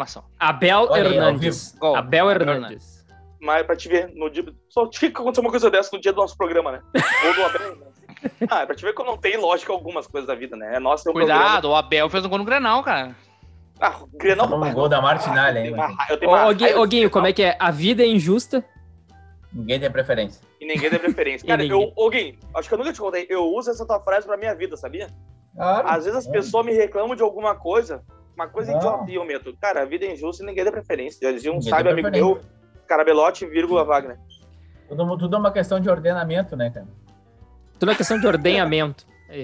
Abel Hernandes. Abel Hernandes. Mas pra te ver, no dia... Só tinha que acontecer uma coisa dessa no dia do nosso programa, né? Ou do Abel. Pra te ver que não tem lógica algumas coisas da vida, né? Nossa, cuidado, o Abel fez um gol no Grenal, cara. O Grenal... Um gol da Martinalha, hein? Ô, Guinho, como é que é? A vida é injusta? Ninguém tem preferência. E ninguém tem preferência. Cara, Guinho, acho que eu nunca te contei. Eu uso essa tua frase pra minha vida, sabia? Às vezes as pessoas me reclamam de alguma coisa, uma coisa idiota, e eu meto. Cara, a vida é injusta e ninguém tem preferência. Já dizia um sábio amigo meu... Carabelote, vírgula, Wagner. Tudo é uma questão de ordenamento, né, cara? Tudo é questão de ordenamento.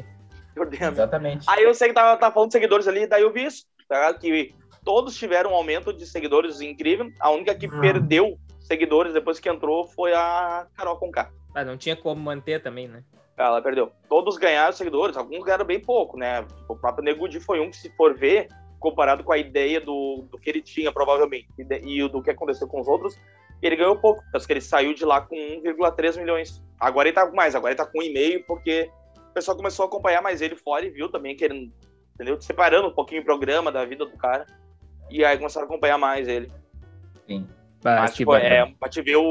Exatamente. Aí eu sei que tava falando de seguidores ali, daí eu vi isso, tá? Que todos tiveram um aumento de seguidores incrível. A única que perdeu seguidores depois que entrou foi a Carol Conká. Não tinha como manter também, né? Ela perdeu. Todos ganharam seguidores, alguns ganharam bem pouco, né? O próprio Nego Di foi um que, se for ver, comparado com a ideia do que ele tinha, provavelmente, e do que aconteceu com os outros, ele ganhou pouco, porque ele saiu de lá com 1,3 milhões. Agora ele tá com mais, agora ele tá com 1,5, porque o pessoal começou a acompanhar mais ele fora e viu também que ele, entendeu? Separando um pouquinho o programa da vida do cara, e aí começaram a acompanhar mais ele. Sim. Mas, tipo, pra te ver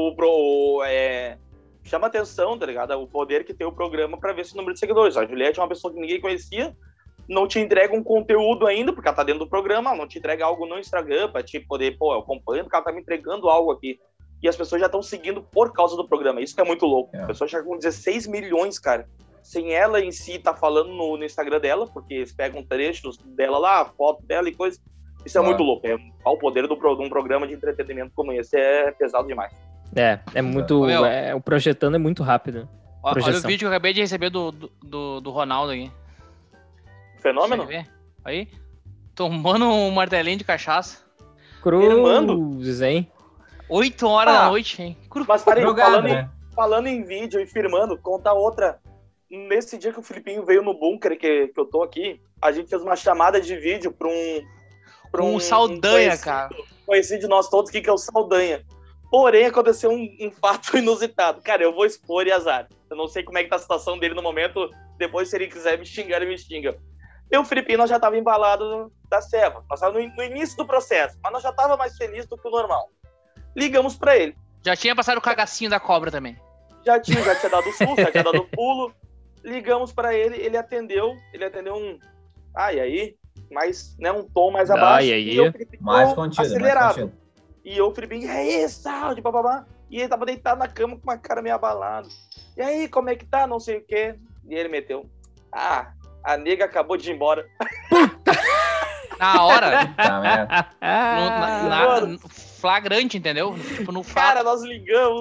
chama atenção, tá ligado? O poder que tem o programa pra ver esse número de seguidores. A Juliette é uma pessoa que ninguém conhecia, não te entrega um conteúdo ainda, porque ela tá dentro do programa, não te entrega algo no Instagram pra te poder, eu acompanho, porque ela tá me entregando algo aqui. E as pessoas já estão seguindo por causa do programa. Isso que é muito louco. A pessoa chega com 16 milhões, cara, sem ela em si tá falando no Instagram dela, porque eles pegam trechos dela lá, foto dela e coisa. Isso é muito louco. O poder de um programa de entretenimento como esse é pesado demais. É muito... o projetando é muito rápido. Olha o vídeo que eu acabei de receber do Ronaldo aqui. Fenômeno? Aí, tomando um martelinho de cachaça. Cruz, hein? 8 horas da noite, hein? Mas falando em vídeo e firmando, contar outra. Nesse dia que o Filipinho veio no bunker que eu tô aqui, a gente fez uma chamada de vídeo pra um Saldanha, cara. Conhecido de nós todos, que é o Saldanha. Porém, aconteceu um fato inusitado. Cara, eu vou expor e azar. Eu não sei como é que tá a situação dele no momento. Depois, se ele quiser me xingar, ele me xinga. Eu e o Filipinho, nós já tava embalado da ceva. Nós tava no início do processo, mas nós já tava mais feliz do que o normal. Ligamos pra ele. Já tinha passado o cagacinho da cobra também. Já tinha dado susto, já tinha dado pulo. Ligamos pra ele, ele atendeu um... e aí? Mas, né, um tom mais abaixo. E eu, mais contido, acelerado. Mais contido. E eu, o Filipinho, Saúde, bababá. E ele tava deitado na cama com uma cara meio abalada. E aí, como é que tá? Não sei o quê. E ele meteu, a nega acabou de ir embora. Na hora. No flagrante, entendeu? Tipo, no Cara, nós ligamos.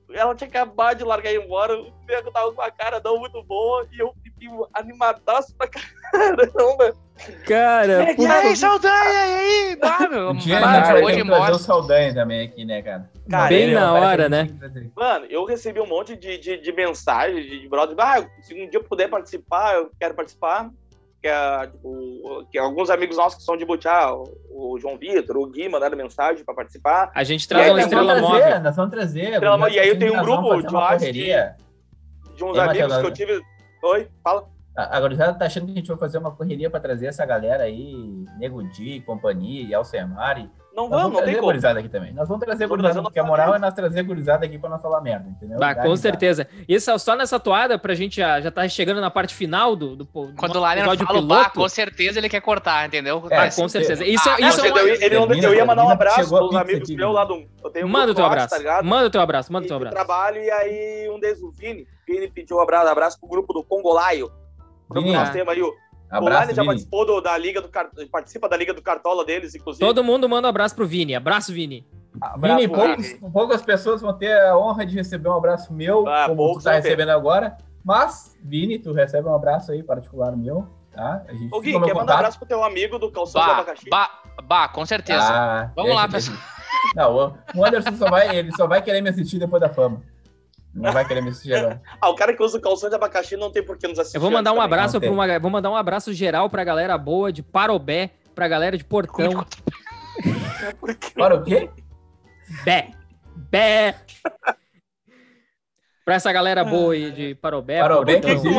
ela tinha acabado de largar e ir embora, o nego tava com a cara não muito boa, e eu fiquei animadaço pra caramba. Cara, e aí, Saldanha, e aí? Um dia a gente vai ter que trazer o Saldanha também aqui, né, cara? Bem na hora, né? Mano, eu recebi um monte de mensagem de brother, se um dia eu puder participar, eu quero participar. Que alguns amigos nossos que são de Butiá, o João Vitor, o Gui, mandaram mensagem pra participar. A gente traz uma estrela móvel. Nós vamos trazer. E aí eu tenho um grupo de uns amigos que eu tive... Oi, fala. Agora já tá achando que a gente vai fazer uma correria pra trazer essa galera aí, Nego Di, companhia, e Alcemar. Não tem como. Gurizada aqui também. Nós vamos trazer gurizada, porque a moral é nós trazer gurizada aqui pra nós falar merda, entendeu? Com certeza. Isso só nessa toada, pra gente já tá chegando na parte final do quando o Liner fala com certeza ele quer cortar, entendeu? Com certeza. Eu ia mandar um abraço pros amigos meus lá do... Manda o teu abraço. Manda o teu abraço. Trabalho, e aí um deles, o Vini pediu um abraço pro grupo do Congolaio. Nós temos aí o Liner já participou participa da Liga do Cartola deles, inclusive. Todo mundo manda um abraço pro Vini. Abraço, Vini. Vini, poucas pessoas vão ter a honra de receber um abraço meu, como tu tá recebendo agora. Mas, Vini, tu recebe um abraço aí particular meu, tá? Ô, Gui, quer mandar um abaixo pro teu amigo do calção de abacaxi? Com certeza. Vamos lá, pessoal. Não, o Anderson só vai querer me assistir depois da fama. Não vai querer me assistir agora. O cara que usa o calção de abacaxi não tem por que nos assistir. Eu vou mandar um abraço vou mandar um abraço geral pra galera boa de Parobé, pra galera de Portão. Para o quê? Bé. Pra essa galera boa aí de Parobé. Parobé, inclusive,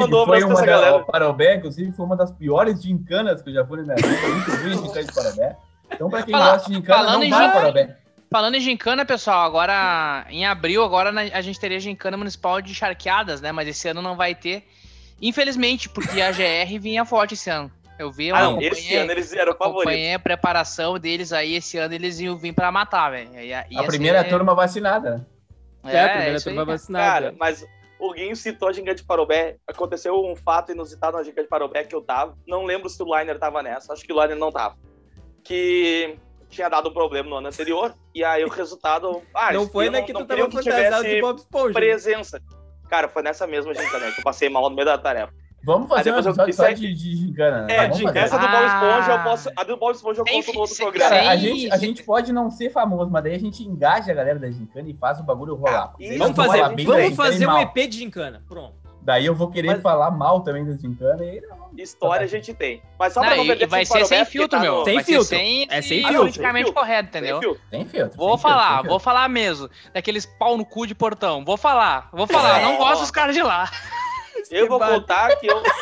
Parobé, inclusive, foi uma das piores gincanas que eu já fui na minha vida. Muito ruim a gincana de Parobé. Então, pra quem gosta de gincana, não vai Parobé. Falando em gincana, pessoal, agora em abril, a gente teria gincana municipal de charqueadas, né? Mas esse ano não vai ter. Infelizmente, porque a GR vinha forte esse ano. Eu vi esse ano eles eram favoritos. Acompanhei a preparação deles aí, esse ano eles iam vir pra matar, velho. A primeira turma vacinada. A primeira turma vacinada. Cara, mas o Guinho citou a Gigante de Parobé. Aconteceu um fato inusitado na Gigante de Parobé que eu tava. Não lembro se o Liner tava nessa. Acho que o Liner não tava. Que tinha dado um problema no ano anterior. E aí o resultado... não foi na que tu tava fantasiado de Bob Esponja. Presença. Cara, foi nessa mesma gincana que eu passei mal no meio da tarefa. Vamos fazer um episódio só de gincana, né? Essa do Bob Esponja, a do Bob Esponja eu conto no outro programa. Cara, a gente pode não ser famoso, mas daí a gente engaja a galera da gincana e faz o bagulho rolar. Vamos fazer um EP de gincana, pronto. Daí eu vou querer falar mal também da gincana e história a gente tem. Mas só pra não perder, vai ser sem filtro, meu. Sem filtro. É sem filtro. Politicamente correto, entendeu? Sem filtro. Vou falar mesmo. Daqueles pau no cu de Portão. Vou falar. Não gosto dos caras de lá. Eu vou contar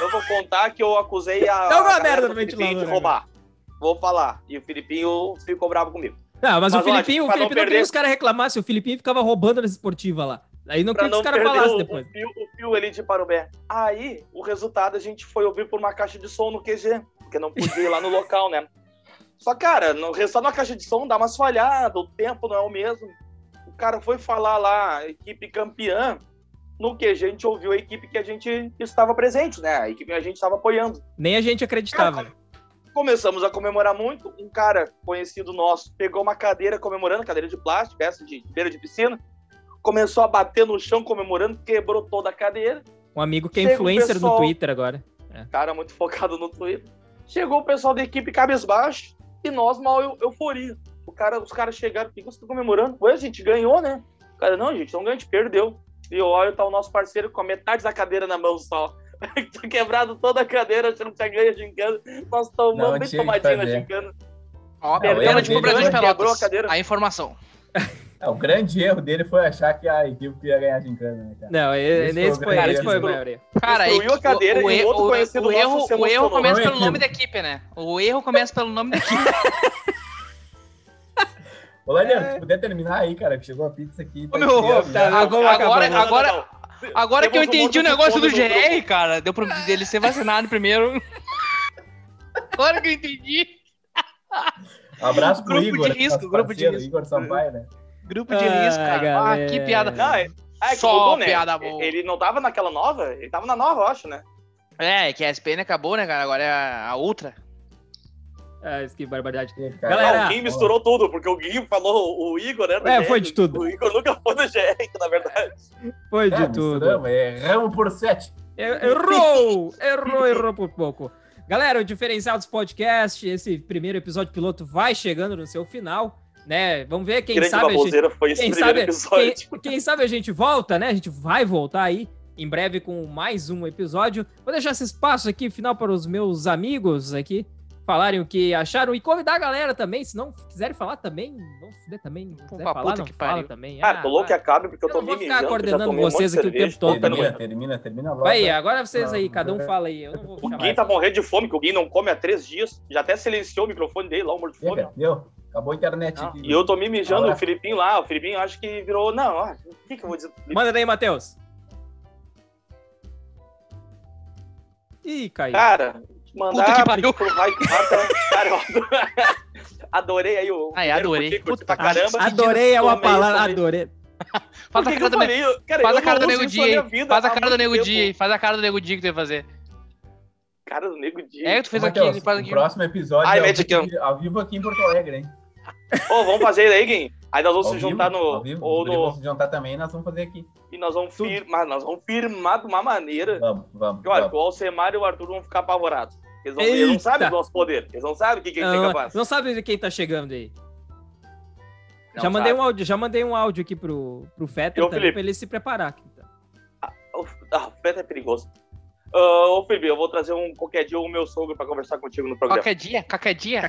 que eu acusei a merda do Filipinho de roubar. Vou falar. E o Filipinho ficou bravo comigo. Não, mas o Filipinho não queria os caras reclamassem. O Filipinho ficava roubando nessa esportiva lá. Aí não queria que os caras falassem depois. O fio ali de Parobé. Aí, o resultado, a gente foi ouvir por uma caixa de som no QG. Porque não podia ir lá no local, né? Só, cara, só na caixa de som dá umas falhadas. O tempo não é o mesmo. O cara foi falar lá, equipe campeã. No QG a gente ouviu a equipe que a gente estava presente, né? A equipe que a gente estava apoiando. Nem a gente acreditava. Cara, começamos a comemorar muito. Um cara conhecido nosso pegou uma cadeira comemorando, cadeira de plástico, essa de beira de piscina. Começou a bater no chão comemorando, quebrou toda a cadeira. Um amigo que é influencer no Twitter agora. Cara muito focado no Twitter. Chegou o pessoal da equipe cabisbaixo e nós mal euforia. Os caras chegaram, o que você tá comemorando? Ué, a gente ganhou, né? O cara, não, gente, não ganhou, a gente perdeu. E eu olho, tá o nosso parceiro com a metade da cadeira na mão só. Tinha quebrado toda a cadeira, achando que tinha ganho a gincana. Nós tomamos bem tomadinho na gincana. Perdemos pro Brasil de Pelotas. A informação. O grande erro dele foi achar que a equipe ia ganhar a gincana, né, cara? Não, esse foi a maioria. Cara, o erro começa pelo nome da equipe, né? O erro começa pelo nome da equipe. Ô, Laniano, se puder terminar aí, cara, que chegou a pizza aqui. Agora que eu entendi o negócio do GR, cara, deu pra ele ser vacinado primeiro. Agora que eu entendi. Abraço pro Igor, grupo de risco. Igor Sampaio, né? Grupo de risco, cara. Que piada. Só piada boa. Ele não tava naquela nova? Ele tava na nova, eu acho, né? Que a SPN acabou, né, cara? Agora é a Ultra. Que barbaridade. Galera, o Gui misturou tudo, porque o Gui falou o Igor, né? Foi de tudo. O Igor nunca foi do GR, na verdade. Foi de tudo. Erramos por 7. Errou por pouco. Galera, o Diferenciados Podcast, esse primeiro episódio piloto vai chegando no seu final, né? Vamos ver quem sabe quem sabe a gente volta, né? A gente vai voltar aí em breve com mais um episódio. Vou deixar esse espaço aqui final para os meus amigos aqui falarem o que acharam e convidar a galera também, se não quiserem falar também, vamos fuder também, não quiser falar, não fala também. Cara, tô louco que acabe, porque eu tô me mijando, coordenando vocês aqui o tempo todo. Termina logo. Vai aí, agora vocês aí, cada um fala aí. Eu não vou o Gui tá morrendo de fome, que o Gui não come há 3 dias, já até silenciou o microfone dele lá, o morto de fome. Deu, acabou a internet aqui. E eu tô me mijando, o Filipinho lá, o Filipinho acho que virou, o que eu vou dizer? Manda daí, Matheus. Ih, caiu. Cara... Mandar pro Vai cara, adorei aí o... adorei. Puta caramba. Adorei é uma palavra, adorei. Faz a cara do Nego Dia. Faz a cara do Nego Dia. Faz a cara do Nego Dia que tu ia fazer. Cara do Nego Dia. Tu fez aqui. O próximo episódio ao vivo aqui em Porto Alegre, hein? Vamos fazer aí, Gui. Aí nós vamos se juntar no... Vamos se juntar também, nós vamos fazer aqui. E nós vamos firmar de uma maneira. Vamos. Olha, o Alcemar e o Arthur vão ficar apavorados. Eles não sabem do nosso poder. Eles não sabem o que a gente é capaz. Não sabem de quem tá chegando aí. Já mandei um áudio aqui pro Fetter também, pra ele se preparar. O Fetter é perigoso. Ô, Felipe, eu vou trazer qualquer dia o meu sogro pra conversar contigo no programa. Qualquer dia?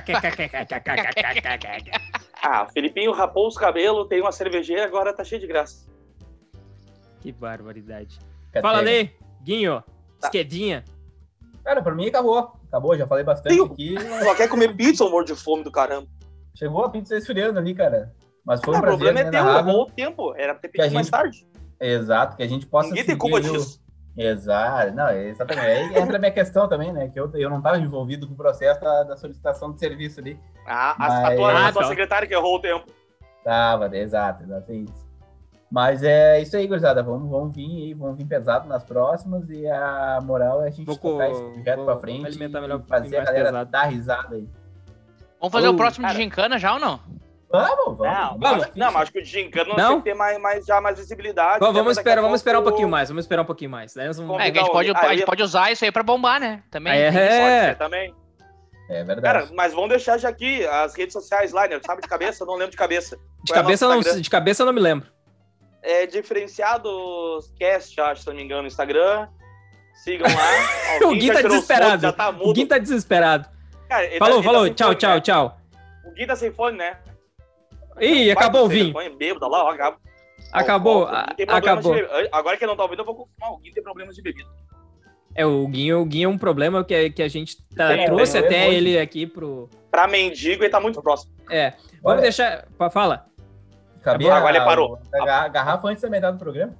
O Felipinho rapou os cabelos, tem uma cervejeira, agora tá cheio de graça. Que barbaridade. Fala aí, Guinho, esquedinha. Cara, pra mim acabou, já falei bastante aqui. Só quer comer pizza, amor de fome do caramba. Chegou a pizza esfriando ali, cara. Mas foi um prazer. O problema é teu, errou o tempo, era pra ter pedido mais tarde. Exato, que a gente possa... Ninguém tem culpa disso. Exato, não, exatamente. Aí entra a minha questão também, né? Que eu não estava envolvido com o processo da solicitação de serviço ali. A tua secretária que errou o tempo. Tava, exato isso. Mas é isso aí, gurizada. Vamos vir pesado nas próximas e a moral é a gente tocar esse projeto pra frente e fazer a galera dar risada aí. Vamos fazer o próximo de Gincana já ou não? Vamos. Não, mas acho que o Gincana não tem que ter mais visibilidade. Vamos esperar um pouquinho mais. Daí a gente pode usar isso aí pra bombar, né? Também. Pode ser também. É verdade. Cara, mas vamos deixar já aqui as redes sociais lá, né? Sabe de cabeça? Eu não lembro de cabeça. De cabeça eu não me lembro. É Diferenciados Cast, acho, se não me engano, no Instagram. Sigam lá. O Gui tá desesperado. O Gui tá desesperado. Cara, falou. Tchau. O Gui tá sem fone, né? Ih, acabou o vinho. Bêbado lá, acabou. Agora que ele não tá ouvindo, eu vou confirmar. O Gui tem problemas de bebida. O Gui é um problema que a gente trouxe até ele aqui pro... Pra mendigo, ele tá muito próximo. Vamos deixar... Fala. Agora ele parou. A garrafa antes da metade do programa.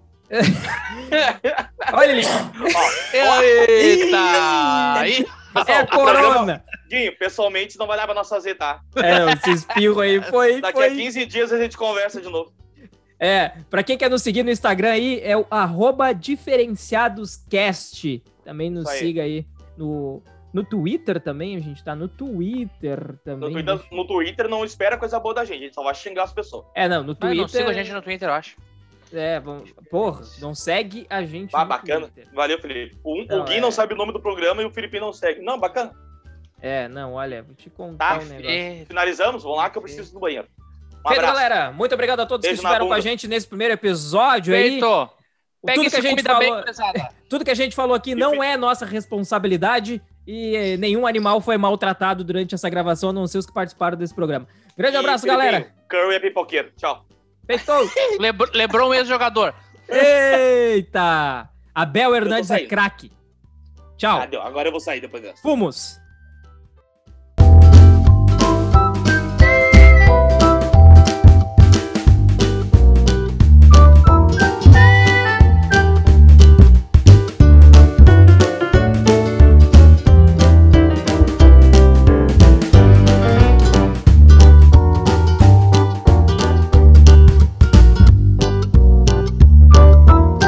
Olha ele. Eita! Aí... É corona! Guinho, pessoalmente não vai dar pra nós fazer, tá? Esse espirro aí foi... Daqui a 15 dias a gente conversa de novo. Pra quem quer nos seguir no Instagram aí, é o @diferenciadoscast. Também nos siga aí no Twitter também, a gente tá no Twitter também. No Twitter não espera coisa boa da gente, a gente só vai xingar as pessoas. No Twitter... Não siga a gente no Twitter, eu acho. Não segue a gente no bacana. Twitter. Valeu, Felipe. O Gui não sabe o nome do programa e o Felipe não segue. Não, bacana. Olha, vou te contar um negócio. Finalizamos? Vamos lá que eu preciso do banheiro. Feito, galera. Muito obrigado a todos que estiveram com a gente nesse primeiro episódio aí. Tudo que a gente falou aqui não é nossa responsabilidade e nenhum animal foi maltratado durante essa gravação, a não ser os que participaram desse programa. Grande abraço, galera. Curry é pipoqueiro. Tchau. Feito. Lebron ex-jogador. Eita! Abel Hernandes é craque. Tchau. Agora eu vou sair depois dessa. Fumos.